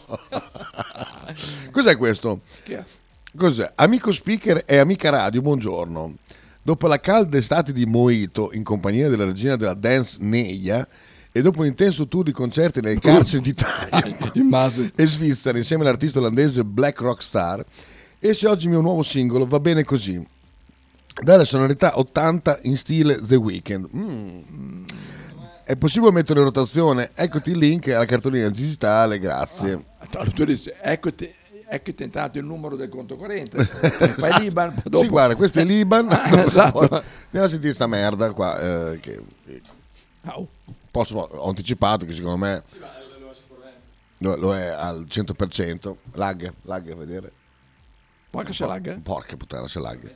Cos'è questo? Che è? Cos'è? Amico speaker e amica radio, buongiorno. Dopo la calda estate di Mojito in compagnia della regina della dance Neia e dopo un intenso tour di concerti nelle carceri d'Italia e Svizzera insieme all'artista olandese Black Rockstar, esce oggi il mio nuovo singolo Va bene così, dalle sonorità ottanta in stile The Weeknd. Mm. È possibile mettere in rotazione? Eccoti il link alla cartolina digitale, grazie. Ah, tu dici, eccoti. Ecco intanto il numero del conto corrente, poi l'Iban, dopo. Sì, guarda, questo è l'Iban. Ah, esatto. Andiamo a sentire sta merda qua, eh, che oh. posso, ho anticipato che secondo me lo, lo è al cento per cento. Lag, lag a vedere. Porca c'è lag? Porca puttana, c'è lag.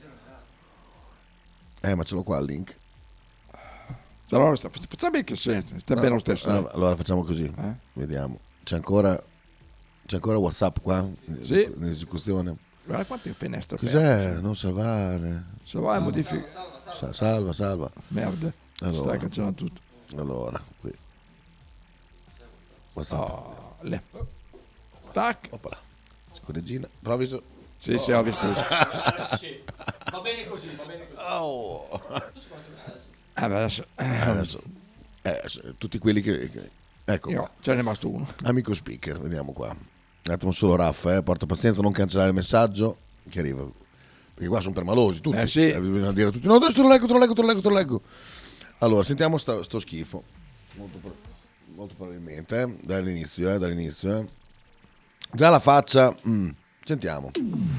Eh, ma ce l'ho qua il link. Allora, facciamo che senso, sta no, bene lo stesso. No, allora facciamo così, eh? Vediamo. C'è ancora... C'è ancora WhatsApp qua sì. in esecuzione. Guarda quante finestre. Cos'è? Non salvare. Salvare, modifica. Sa- salva, salva. Merda. Allora. Stai cancellando tutto. Allora, qui. WhatsApp. Oh, le. Tac. Oppala. Scorreggina. Provi su. Sì, oh. sì, ho visto. Sì. Va bene così, va bene così. Oh. Eh, adesso. adesso. Eh, tutti quelli che... che... Ecco, io, ce n'è rimasto uno. Amico speaker, vediamo qua. Un attimo solo Raffa, eh. Porta pazienza, non cancellare il messaggio che arriva. Perché qua sono permalosi tutti. Eh sì. Eh, bisogna dire a tutti, no, adesso te lo leggo, te lo leggo, te lo leggo, te lo leggo. Allora, sentiamo sta, sto schifo. Molto, molto probabilmente, eh. Dall'inizio, eh, dall'inizio, eh. Già la faccia, mm. Sentiamo.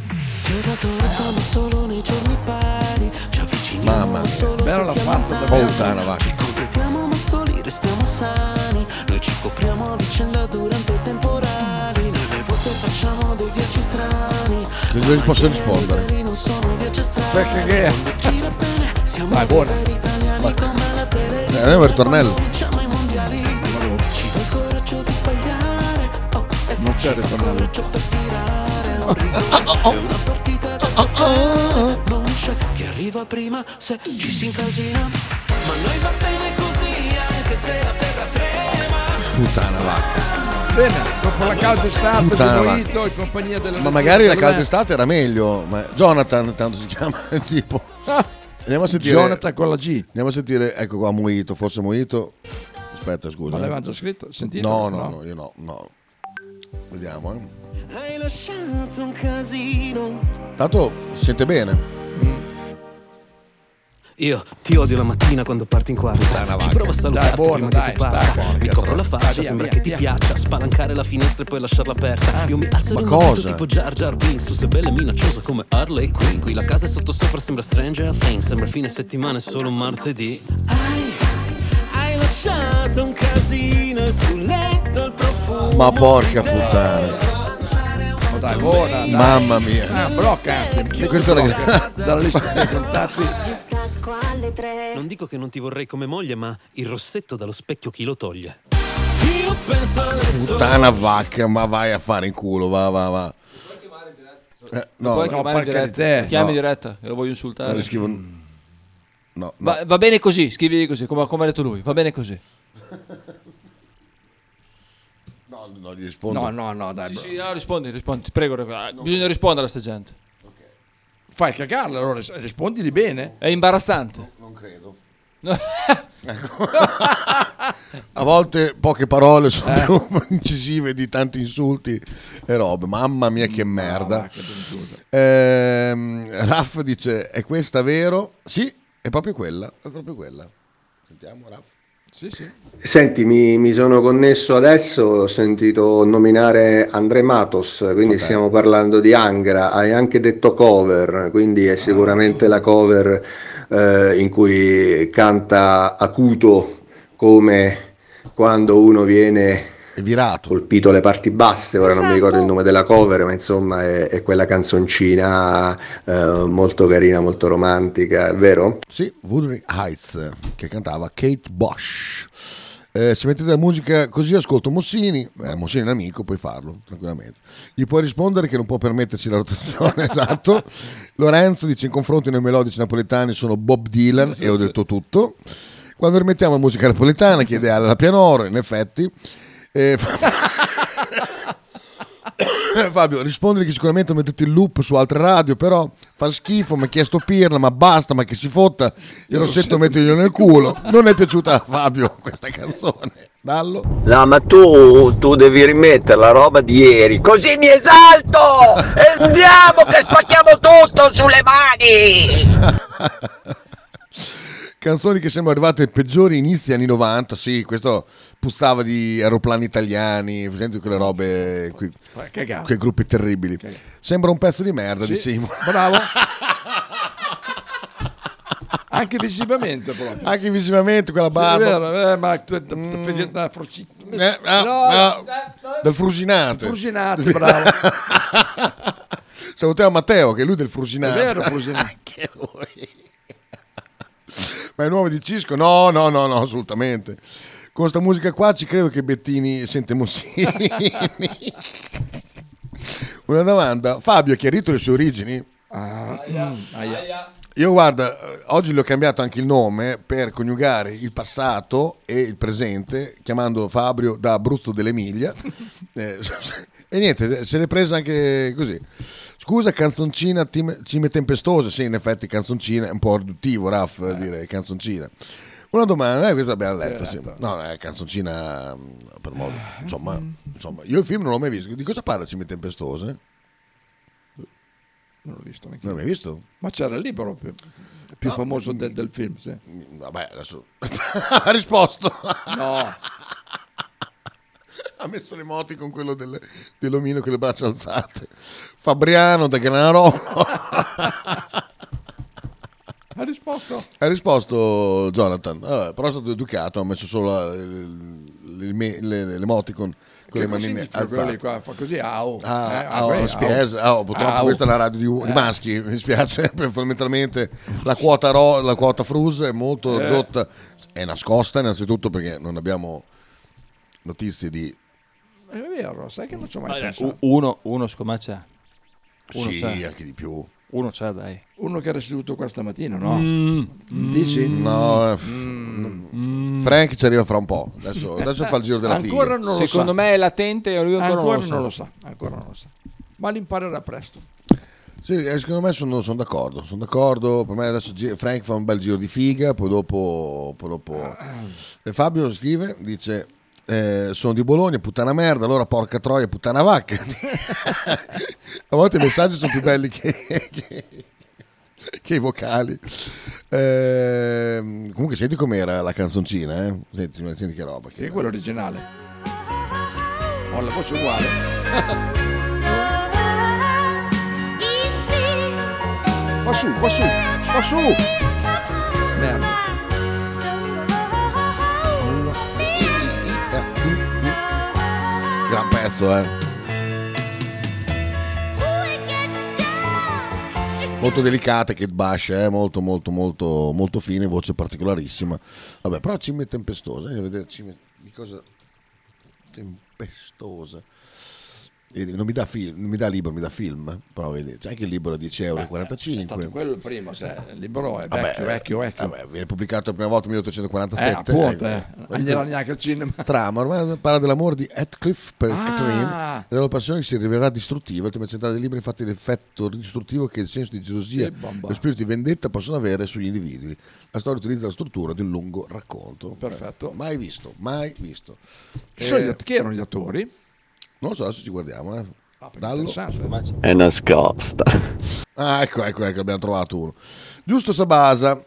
Mamma mia. Bella la faccia da puttana, va. Completiamo ma soli, restiamo sani. Noi ci copriamo a vicenda durante i temporali. Noi le volte facciamo dei viaggi strani. Che non posso rispondere. Non sono viaggi strani. Perché che è? Vai, buona. Eh, andiamo al ritornello. Ci fa il coraggio di sbagliare. Oh, non c'è il coraggio per tirare un rigore. È una partita da giocare. Non c'è chi arriva prima se ci si incasina. Ma noi va bene così anche se la terra trema. Puttana vacca. bene, dopo la calda estate, Puttana, il va. mojito e compagnia delle Ma magari la calda estate era meglio. Ma Jonathan, tanto si chiama il tipo. Andiamo a sentire. Jonathan con la G. Andiamo a sentire, ecco qua, Mojito, forse Mojito. Aspetta, scusa. Ma eh. l'avevamo già scritto? Sentito? No, no, no, io no, no. Vediamo, eh. Hai lasciato un casino. Tanto si sente bene. Io ti odio la mattina quando parti in quarta. Ci provo a salutarti Dai, buono, prima dai, che tu parta. stacco. Mi copro la faccia, Via, sembra via, che ti via. piaccia spalancare la finestra e poi lasciarla aperta. Io mi alzo Ma in un momento cosa? tipo Jar Jar Binks. Tu sei bella e minacciosa come Harley Quinn. Qui la casa è sotto sopra, sembra Stranger Things. Sembra fine settimana, è solo martedì. Hai, hai lasciato un casino e sul letto il profumo. Ma porca puttana. Ma dai, buona, dai. Mamma mia. Ah, blocca. E questo era- Dalla lista dei contatti. Non dico che non ti vorrei come moglie, ma il rossetto dallo specchio chi lo toglie? Io penso adesso. Puttana vacca, ma vai a fare in culo, va, va, va. Eh, no, Puoi no, chiamare in porca di diretta. te. Chiami No. in diretta, che lo voglio insultare. no, scrivo... No, no. Va, va bene così, scrivi così, come, come ha detto lui, va bene così. No, no, gli rispondo. No, no, no, dai. Sì, bro. sì, no, rispondi, rispondi, ti prego, ah, bisogna rispondere a sta gente. Fai cagarla, allora ris- rispondili bene. È imbarazzante. Non credo. Ecco. A volte poche parole sono Eh. più incisive di tanti insulti e robe. Mamma mia che merda. Ehm, Raff dice: è questa vero? Sì, è proprio quella. È proprio quella. Sentiamo Raff. Sì, sì. Senti, mi, mi sono connesso adesso, ho sentito nominare André Matos, quindi Ok. stiamo parlando di Angra, hai anche detto cover, quindi è sicuramente la cover eh, in cui canta acuto come quando uno viene È virato. colpito alle parti basse, ora non mi ricordo il nome della cover, ma insomma è, è quella canzoncina eh, molto carina, molto romantica, è vero? Sì, Wuthering Heights, che cantava Kate Bush. Eh, se mettete la musica così ascolto Mossini, eh, Mossini è un amico, puoi farlo tranquillamente. Gli puoi rispondere che non può permettersi la rotazione, esatto. Lorenzo dice: in confronto noi melodici napoletani sono Bob Dylan, e ho detto tutto. Quando rimettiamo la musica napoletana, chiede alla Pianoro, in effetti. Eh, Fabio, rispondi che sicuramente lo mettete in loop su altre radio, però fa schifo, mi ha chiesto Pirla, ma basta, ma che si fotta il rossetto, metterglielo nel culo. Non è piaciuta a Fabio questa canzone. Dallo. No, ma tu, tu devi rimettere la roba di ieri, così mi esalto e andiamo che spacchiamo tutto sulle mani. Canzoni che sembrano arrivate ai peggiori inizi anni novanta, sì, questo puzzava di aeroplani italiani, senti quelle robe, qui, Cagare. quei gruppi terribili. Sembra un pezzo di merda Sì, di Simo. Bravo. Anche visivamente proprio. Anche visivamente quella Sì, barba. è vero, eh, ma tu- tu- tu- figli da frusci- Eh, ah, No, ah, eh, del Frusinate. Frusinate, bravo. Salutiamo Matteo, che è lui del Frusinate. È vero, Frusinate. Anche lui. Ma è nuovo di Cisco? No, no, no, no, assolutamente. Con sta musica qua ci credo che Bettini sente Mossini. Una domanda: Fabio ha chiarito le sue origini? Ah, mm, aia. Io guarda, oggi le ho cambiato anche il nome per coniugare il passato e il presente, chiamandolo Fabio da Abruzzo dell'Emilia. Eh, e niente, se l'è presa anche così. Scusa, canzoncina tim- cime tempestose. Sì, in effetti canzoncina è un po' riduttivo, Raff, Eh. dire canzoncina. Una domanda, eh, questa l'abbiamo letto, sì. Certo. No, è canzoncina per modo, insomma, insomma, io il film non l'ho mai visto. Di cosa parla Cime tempestose? Non l'ho visto neanche Non l'hai mai visto? Ma c'era il libro più, più No, famoso mm, de- del film, sì. Vabbè, adesso ha risposto. No. Ha messo le moti con quello del, dell'omino con le braccia alzate. Fabriano da Granarolo. Ha risposto? Ha risposto Jonathan. Vabbè, però è stato educato, ha messo solo eh, le, le, le, le moti con, con le manine alzate. Qua, fa così, au. Ah, eh, ah, quelli, oh, spiesa. Ah, oh, purtroppo Au. questa è una radio di, di Eh. maschi, mi spiace, fondamentalmente la quota ro, la quota frus è molto Eh. ridotta, è nascosta innanzitutto perché non abbiamo notizie di... È vero, sai che non ci ho mai Ma, pensato. u- uno, uno secondo me c'è. Uno Sì, c'è. anche di più. Uno c'è, dai. Uno che era seduto qua stamattina, no? Mm. Dici? No, eh, Mm. Frank ci arriva fra un po'. Adesso, adesso fa il giro della figa. Ancora non lo Secondo sa. me è latente e lui ancora, Ancora non lo sa. Ancora non lo sa. Ma l'imparerà presto. Sì, eh, secondo me sono, sono d'accordo. Sono d'accordo. Per me adesso gi- Frank fa un bel giro di figa. Poi dopo. Poi dopo... E Fabio scrive: dice. Eh, sono di Bologna, puttana merda, allora porca troia, puttana vacca. A volte i messaggi sono più belli che, che, che i vocali. Eh, comunque senti com'era la canzoncina, eh? Senti, senti che roba. Sì, quello originale. Ho la voce uguale. Va su, va su, va su. Merda. Gran pezzo, eh. Molto delicata, Kate Bush, eh? molto molto molto molto fine, voce particolarissima. Vabbè, però cime tempestosa, eh? Vedere cime di cosa tempestosa. Vedi, non mi dà film, non mi dà libro, mi dà film, però vedi, c'è anche il libro a dieci virgola quarantacinque euro. È stato quello il primo, se il libro è Vabbè, vecchio, vecchio, vecchio. Vabbè, viene pubblicato la prima volta nel milleottocentoquarantasette. Eh, appunto, eh. ecco. Non gliela neanche al cinema. Trama, ormai parla dell'amore di Heathcliff per Ah. Catherine e della passione che si rivelerà distruttiva. Il tema centrale del libro è infatti l'effetto distruttivo che il senso di gelosia Che e bomba. lo spirito di vendetta possono avere sugli individui. La storia utilizza la struttura di un lungo racconto. Perfetto. Eh, mai visto, mai visto. Chi, sono gli Eh, att- chi erano gli attori? non so se ci guardiamo, eh. Ah, perché Dallo. interessante. È nascosta. Ah, ecco, ecco, ecco, abbiamo trovato uno. Giusto Sabasa.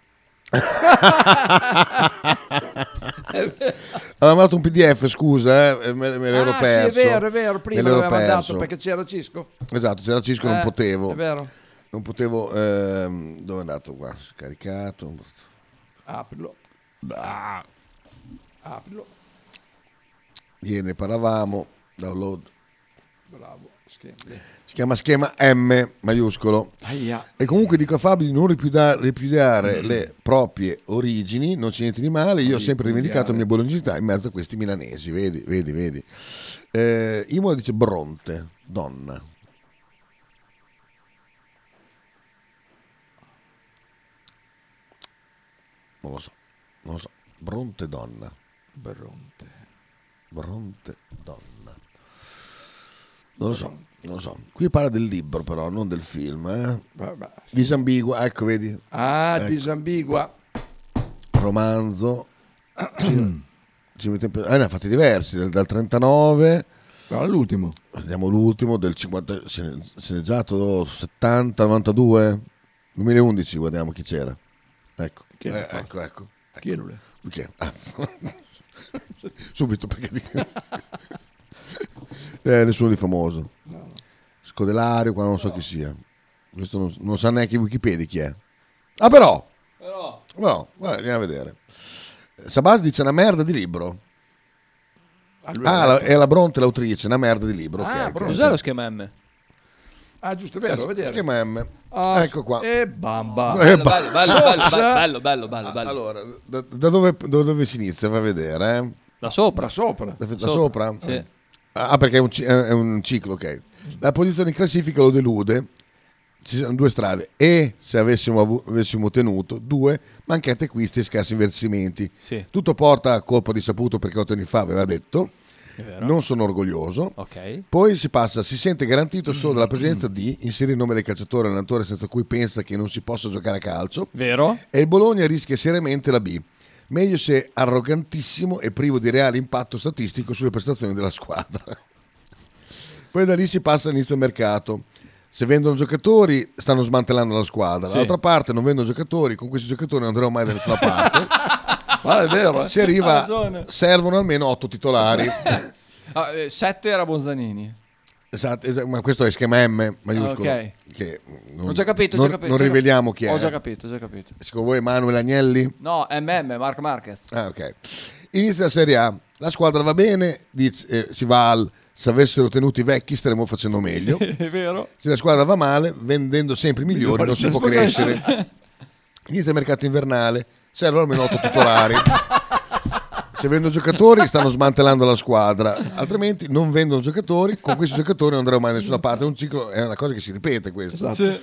Avevamo dato un P D F, scusa, eh, me, me l'ero Ah, perso. sì, è vero, è vero, prima Me l'ero l'aveva mandato perso. perché c'era Cisco. Esatto, c'era Cisco, non Eh, potevo. è vero. Non potevo. ehm, dove è andato qua? Scaricato. Aprilo. Aprilo. Ieri ne parlavamo. Download. Bravo. Schema. Si chiama schema M maiuscolo. Aia. E comunque dico a Fabio di non ripudia- ripudiare le proprie origini, non c'è niente di male. Io ho sempre rivendicato la mia bolognesità in mezzo a questi milanesi. Vedi, vedi, vedi. Eh, Imola dice Bronte, donna. Non lo so, non lo so. Bronte, donna. Bronte. Bronte, donna. Non lo so, non lo so. Qui parla del libro però, non del film. Eh? Vabbè. Disambigua, ecco, vedi. Ah, Ecco. disambigua. Romanzo. Ci, ci mettiamo- eh, ne ha fatti diversi, dal, dal trentanove. All'ultimo. Andiamo all'ultimo, del cinquanta, scene- sceneggiato settanta, novantadue, duemilaundici, guardiamo chi c'era. Ecco, Chi eh, l'ha fatto? ecco, ecco. Chi è lui? Chi è? Ah. Subito perché dico... eh, nessuno di famoso. Scodelario, qua non so chi sia. Questo non, non sa neanche Wikipedia chi è. Ah però! Però. No, guarda, andiamo a vedere. Sabas dice una merda di libro. Ah, lui Ah, ha la- detto. è la Bronte l'autrice, una merda di libro. ok, Ah, ok. Bronte. Cos'è lo schema M? Ah, giusto, è vero, Eh, vedere. schema M. Ah, Ecco qua. E bamba. Eh, Bello, ba- bello, bello, bello, Sosa. bello, bello, bello, bello. Allora, da, da dove, da dove si inizia? Va a vedere, eh? Da sopra. Da sopra. Da, da Sopra, sopra? sì. Ah, perché è un, ci- è un ciclo, ok. La posizione in classifica lo delude. Ci sono due strade. E se avessimo, avu- avessimo tenuto, due, mancanti acquisti e scarsi investimenti. Sì. Tutto porta a colpa di saputo perché otto anni fa aveva detto. È vero. Non sono orgoglioso. Ok. Poi si passa, si sente garantito solo dalla presenza di inserire il nome del calciatore allenatore senza cui pensa che non si possa giocare a calcio. Vero? E il Bologna rischia seriamente la B. Meglio se arrogantissimo e privo di reale impatto statistico sulle prestazioni della squadra. Poi da lì si passa all'inizio del mercato. Se vendono giocatori stanno smantellando la squadra. Sì. Dall'altra parte non vendono giocatori, con questi giocatori non andremo mai da nessuna parte. Ma è vero, eh. Si Ha arriva, ragione. servono almeno otto titolari. Ah, eh, sette era Bonzanini. Esatto, esatto, ma questo è schema M maiuscolo. Ah, ok. Che non, Ho già capito, ho non, già capito. non riveliamo chi è. Ho già capito, ho già capito. Secondo voi Emanuele Agnelli? No, M M, Marco Marquez. Ah, ok. Inizia la Serie A. La squadra va bene, dice, eh, si va al se avessero tenuti i vecchi staremmo facendo meglio. È vero? Se la squadra va male, vendendo sempre i migliori, non si può crescere. Inizia il mercato invernale, servono almeno otto titolari. Se vendono giocatori stanno smantellando la squadra, altrimenti non vendono giocatori, con questi giocatori non andremo mai da nessuna parte. È un ciclo, è una cosa che si ripete questa. Esatto. Sì.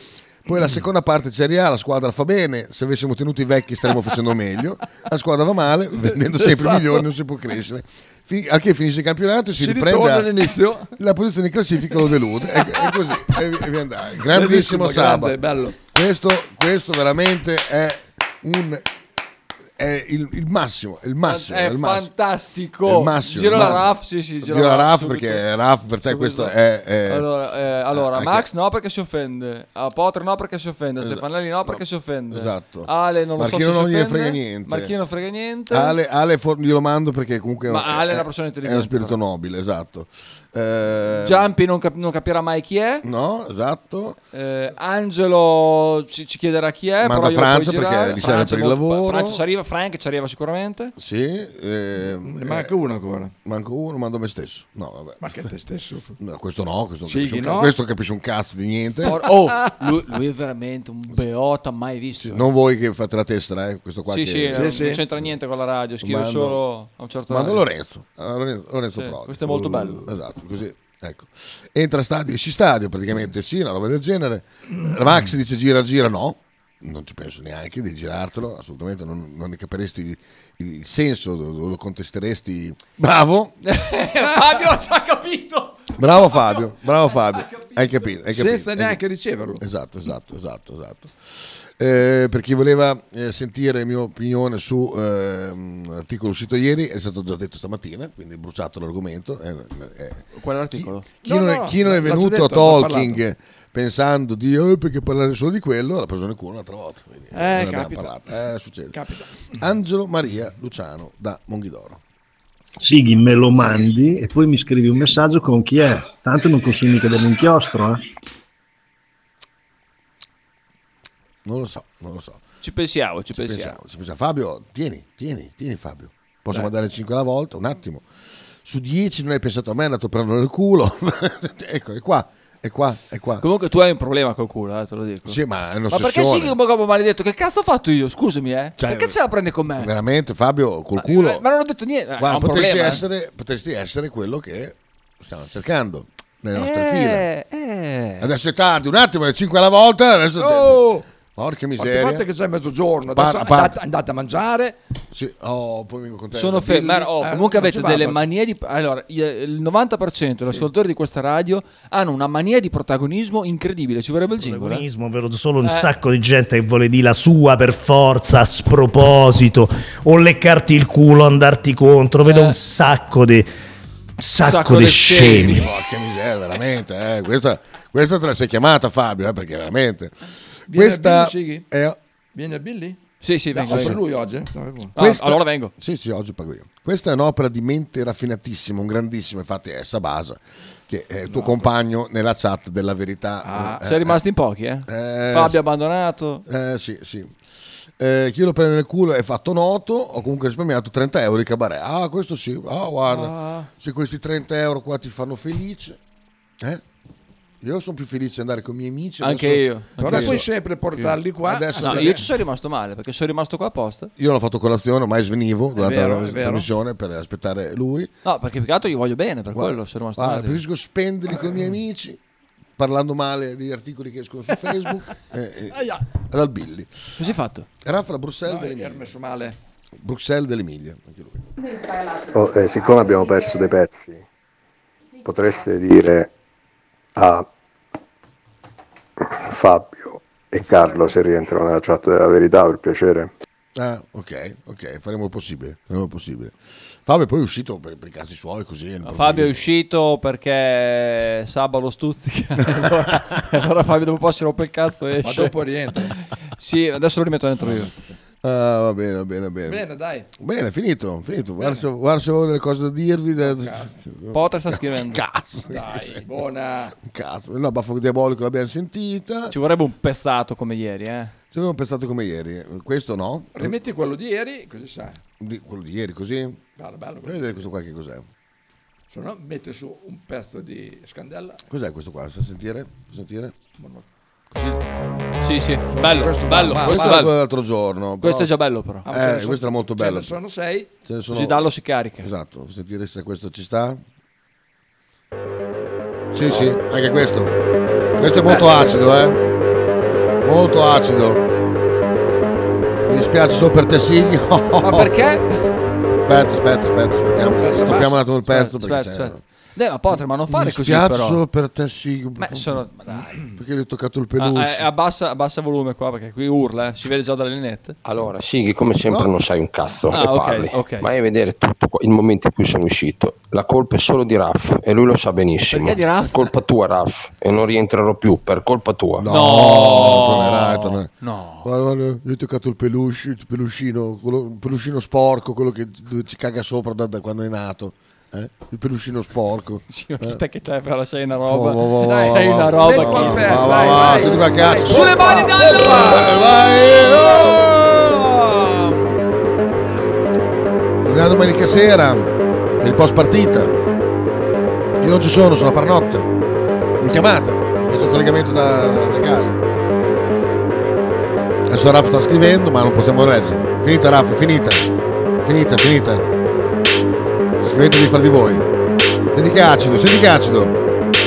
Poi la seconda parte Serie A, la squadra fa bene, se avessimo tenuto i vecchi staremmo facendo meglio, la squadra va male, vendendo sempre Esatto. i milioni non si può crescere. Fin- a che finisce il campionato si, Si riprende ritorna a- all'inizio. la posizione in classifica lo delude, è, è così, e, e via andare. Grandissimo Bellissimo, Saba. grande, bello. Questo, questo veramente è un è il, il massimo, il massimo, È il massimo. fantastico. È il massimo, Giro il la massimo. Raf, sì, sì, giro Giro la la Raf Raf subito. perché Raf per te Subito. questo è, è- Allora, eh, allora anche- Max no perché si offende, a Potter no perché si offende, Esatto. Stefanelli no perché si offende. Esatto. Ale non lo Marchino so se non si gliene offende. frega niente. Marchino non frega niente. Ale, Ale for- glielo mando perché comunque Ma Ale è una è, persona è uno intelligente, spirito però. nobile, esatto. Eh, Giampi non, cap- non capirà mai chi è. No, esatto. Eh, Angelo ci, ci chiederà chi è. Manda però io lo Francia puoi perché girare. gli serve Francia per il molto- lavoro. Francia ci arriva, Frank ci arriva sicuramente. Sì, eh, Ne manca uno ancora. manco uno, mando me stesso. No, vabbè. Ma che te stesso? No, questo no, questo, non Sighi, capisce un ca- no? questo capisce un cazzo di niente. Por- oh, lui, lui è veramente un beota mai visto. Non voi che fate la tessera, eh? Questo qua Sì, che... sì, non c'entra niente con la radio, scrive Mando- solo a un certo Mando orario. Lorenzo, ah, Lorenzo, Lorenzo Sì, Prodi. questo è molto bello. Esatto, così. Ecco. Entra stadio, esci stadio, praticamente sì, una roba del genere. Max dice gira, gira, no. Non ci penso neanche di girartelo, assolutamente non, non ne capiresti il, il senso, lo lo contesteresti. Bravo, Fabio ci ha capito. bravo Fabio, bravo Fabio. Hai capito, hai capito. Senza hai neanche riceverlo. Esatto, esatto, esatto, esatto. Eh, per chi voleva eh, sentire la mia opinione su eh, un articolo uscito ieri, è stato già detto stamattina, quindi bruciato l'argomento. Eh, eh, Quell'articolo? Chi, No, non, no, è, no, chi non è l'ha venuto detto, a l'ha parlato. Talking pensando di eh, perché parlare solo di quello, l'ha preso nel culo un'altra volta. Quindi, Eh, non ne abbiamo capita. parlato. Eh, succede. Capita. Angelo Maria Luciano da Monghidoro. Sighi, me lo mandi e poi mi scrivi un messaggio con chi è. Tanto non consumi mica dell'inchiostro, eh. Non lo so, non lo so. Ci pensiamo, ci, Ci pensiamo. pensiamo, ci pensiamo. Fabio, tieni, tieni, tieni Fabio. Posso Dai. mandare cinque alla volta? Un attimo. Su dieci non hai pensato a me, è andato a prendere nel culo. Ecco, è qua, è qua, è qua. Comunque tu hai un problema col culo, eh, te lo dico. Sì, ma è Ma perché un'ossessione. sì, come come maledetto? Che cazzo ho fatto io? Scusami, eh. Cioè, perché ce la prende con me? Veramente Fabio, col culo. Eh, ma non ho detto niente. Eh, Guarda, ho un potresti, problema, eh. essere, potresti essere quello che stiamo cercando nelle nostre Eh, file. eh. Adesso è tardi, un attimo, le cinque alla volta. Adesso Oh! Porca Fate miseria. parte che c'è mezzogiorno, Par- adesso par- andate, andate a mangiare. Sì, oh, poi vengo con te. Sono Da fermo. Billy. Oh, Eh, comunque non avete ci delle vado. manie di. Allora, i- il novanta per cento degli ascoltatori di questa radio hanno una mania di protagonismo incredibile. Ci vorrebbe il jingle. eh? Protagonismo, vedo solo un Eh. sacco di gente che vuole dire la sua per forza, a sproposito, o leccarti il culo, andarti contro. Vedo un sacco di sacco, Sacco di di scemi. scemi. Porca miseria, veramente. Eh. Questa, questa te la sei chiamata, Fabio, eh, perché veramente. Viene Questa Billy, Sighi? è. Viene a Billy? Sì, sì, No, vengo. per vengo. lui oggi? No, Ah, Questa- allora vengo. Sì, sì, oggi pago io. Questa è un'opera di mente raffinatissima, un grandissimo, infatti è Sabasa, che è il tuo compagno nella chat della verità. Ah, Eh, sei rimasti in pochi, eh? eh, Fabio sì. abbandonato. Eh, sì, sì. Eh, chi lo prende nel culo è fatto noto, ho comunque risparmiato trenta euro di cabaret. Ah, questo sì, ah, guarda, Ah. se questi trenta euro qua ti fanno felice, eh? Io sono più felice di andare con i miei amici. Anche adesso- io. Però adesso- puoi sempre portarli qua. Adesso No, cioè- io ci sono rimasto male perché sono rimasto qua apposta. Io non ho fatto colazione, ormai svenivo durante vero, la è vero. trasmissione per aspettare lui. No, perché più che altro io voglio bene, per Guarda, quello sono rimasto guarda, male. preferisco spenderli con i miei amici, parlando male degli articoli che escono su Facebook, e, e, Aia. dal Billy. Così fatto. Raffa da Bruxelles No, dell'Emilia. ero messo male. Bruxelles dell'Emilia. Anche lui. Oh, eh, siccome abbiamo perso dei pezzi, potreste dire a Fabio e Carlo se rientrano nella chat della verità, per piacere. Ah, ok, ok, faremo il possibile. Faremo il possibile. Fabio poi è uscito per, per i cazzi suoi, così. No, Fabio è uscito perché Saba lo stuzzica. allora, allora Fabio dopo un po' si rompe il cazzo e Ma esce. dopo rientra. Sì, adesso lo rimetto dentro io. Ah, va bene, va bene, va bene. Bene, dai. Bene, finito, finito. Guarda se, guarda se avevo delle cose da dirvi. Da... Potter sta scrivendo. Cazzo. Dai, buona. Cazzo, no, Baffo Diabolico l'abbiamo sentita. Ci vorrebbe un pezzato come ieri, eh. Ci avevamo pensato come ieri. Questo no. Rimetti quello di ieri, così sai. Di- quello di ieri, così. Bello, bello. Fai vedere questo qua che cos'è. Se no, metti su un pezzo di scandella. Cos'è questo qua? Sa sentire? Sa sentire? Così. Sì, sì, bello, Questo bello, va, va, questo Questo è è bello. quello dell'altro giorno. Questo però- è già bello però. Ah, ce ne Eh, sono- questo era molto ce bello. ne sono sei. Ce ne sono- Così Dallo si carica. Esatto, fa sentire se questo ci sta. Sì, sì, anche questo. Questo è molto acido, eh. molto acido. Mi dispiace solo per te, Sighi. Ma perché? Aspetta, aspetta, aspetta, aspettiamo, stoppiamo un attimo il pezzo. Aspetta, perché aspetta. Dai, ma Potre, ma non fare mi così dispiace però. solo per te, Sighi. Beh, sono... ma dai. Perché gli ho toccato il Ah, peluche. eh, abbassa, abbassa volume qua perché qui urla, eh. Si vede già dalle linette. Allora, Sighi, come sempre No. non sai un cazzo Ah, e ok, parli. ok. Vai a vedere tutto qua- il momento in cui sono uscito. La colpa è solo di Raff e lui lo sa benissimo. Perché di Raff? È colpa tua, Raff, e non rientrerò più per colpa tua. No, No. tornerai, tornerai. No. Guarda, guarda, gli ho toccato il peluche, il peluscino, quello, il peluscino sporco, quello che dove ci caga sopra da, da quando è nato. Eh? Il peluscino sporco. Sì, ma Eh. te che te però sei una roba. Va, va, va, Dai, va, sei va, una va, roba. va, che- va, Dai, va, dai, va, dai. senti qua, cazzo. Sulle mani dallo! Vai, oh! La domenica sera, il post partita. Io non ci sono, sono a far notte. Mi chiamate, faccio il collegamento da, da casa. Adesso Raff sta scrivendo, ma non possiamo reggere. Finita Raff, finita. Finita, finita. Scrivete di far di voi. Senti che acido, senti che acido.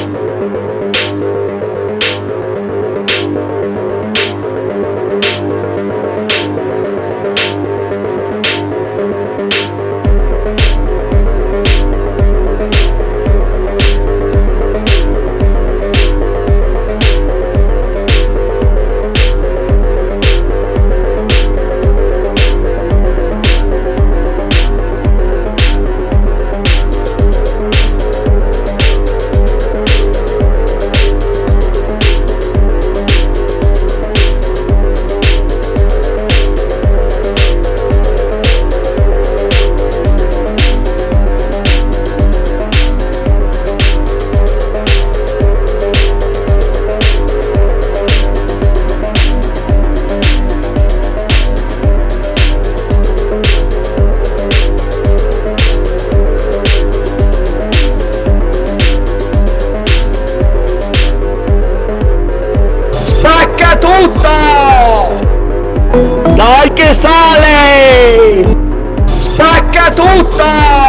Spacca tutto! Dai che sale! Spacca tutto!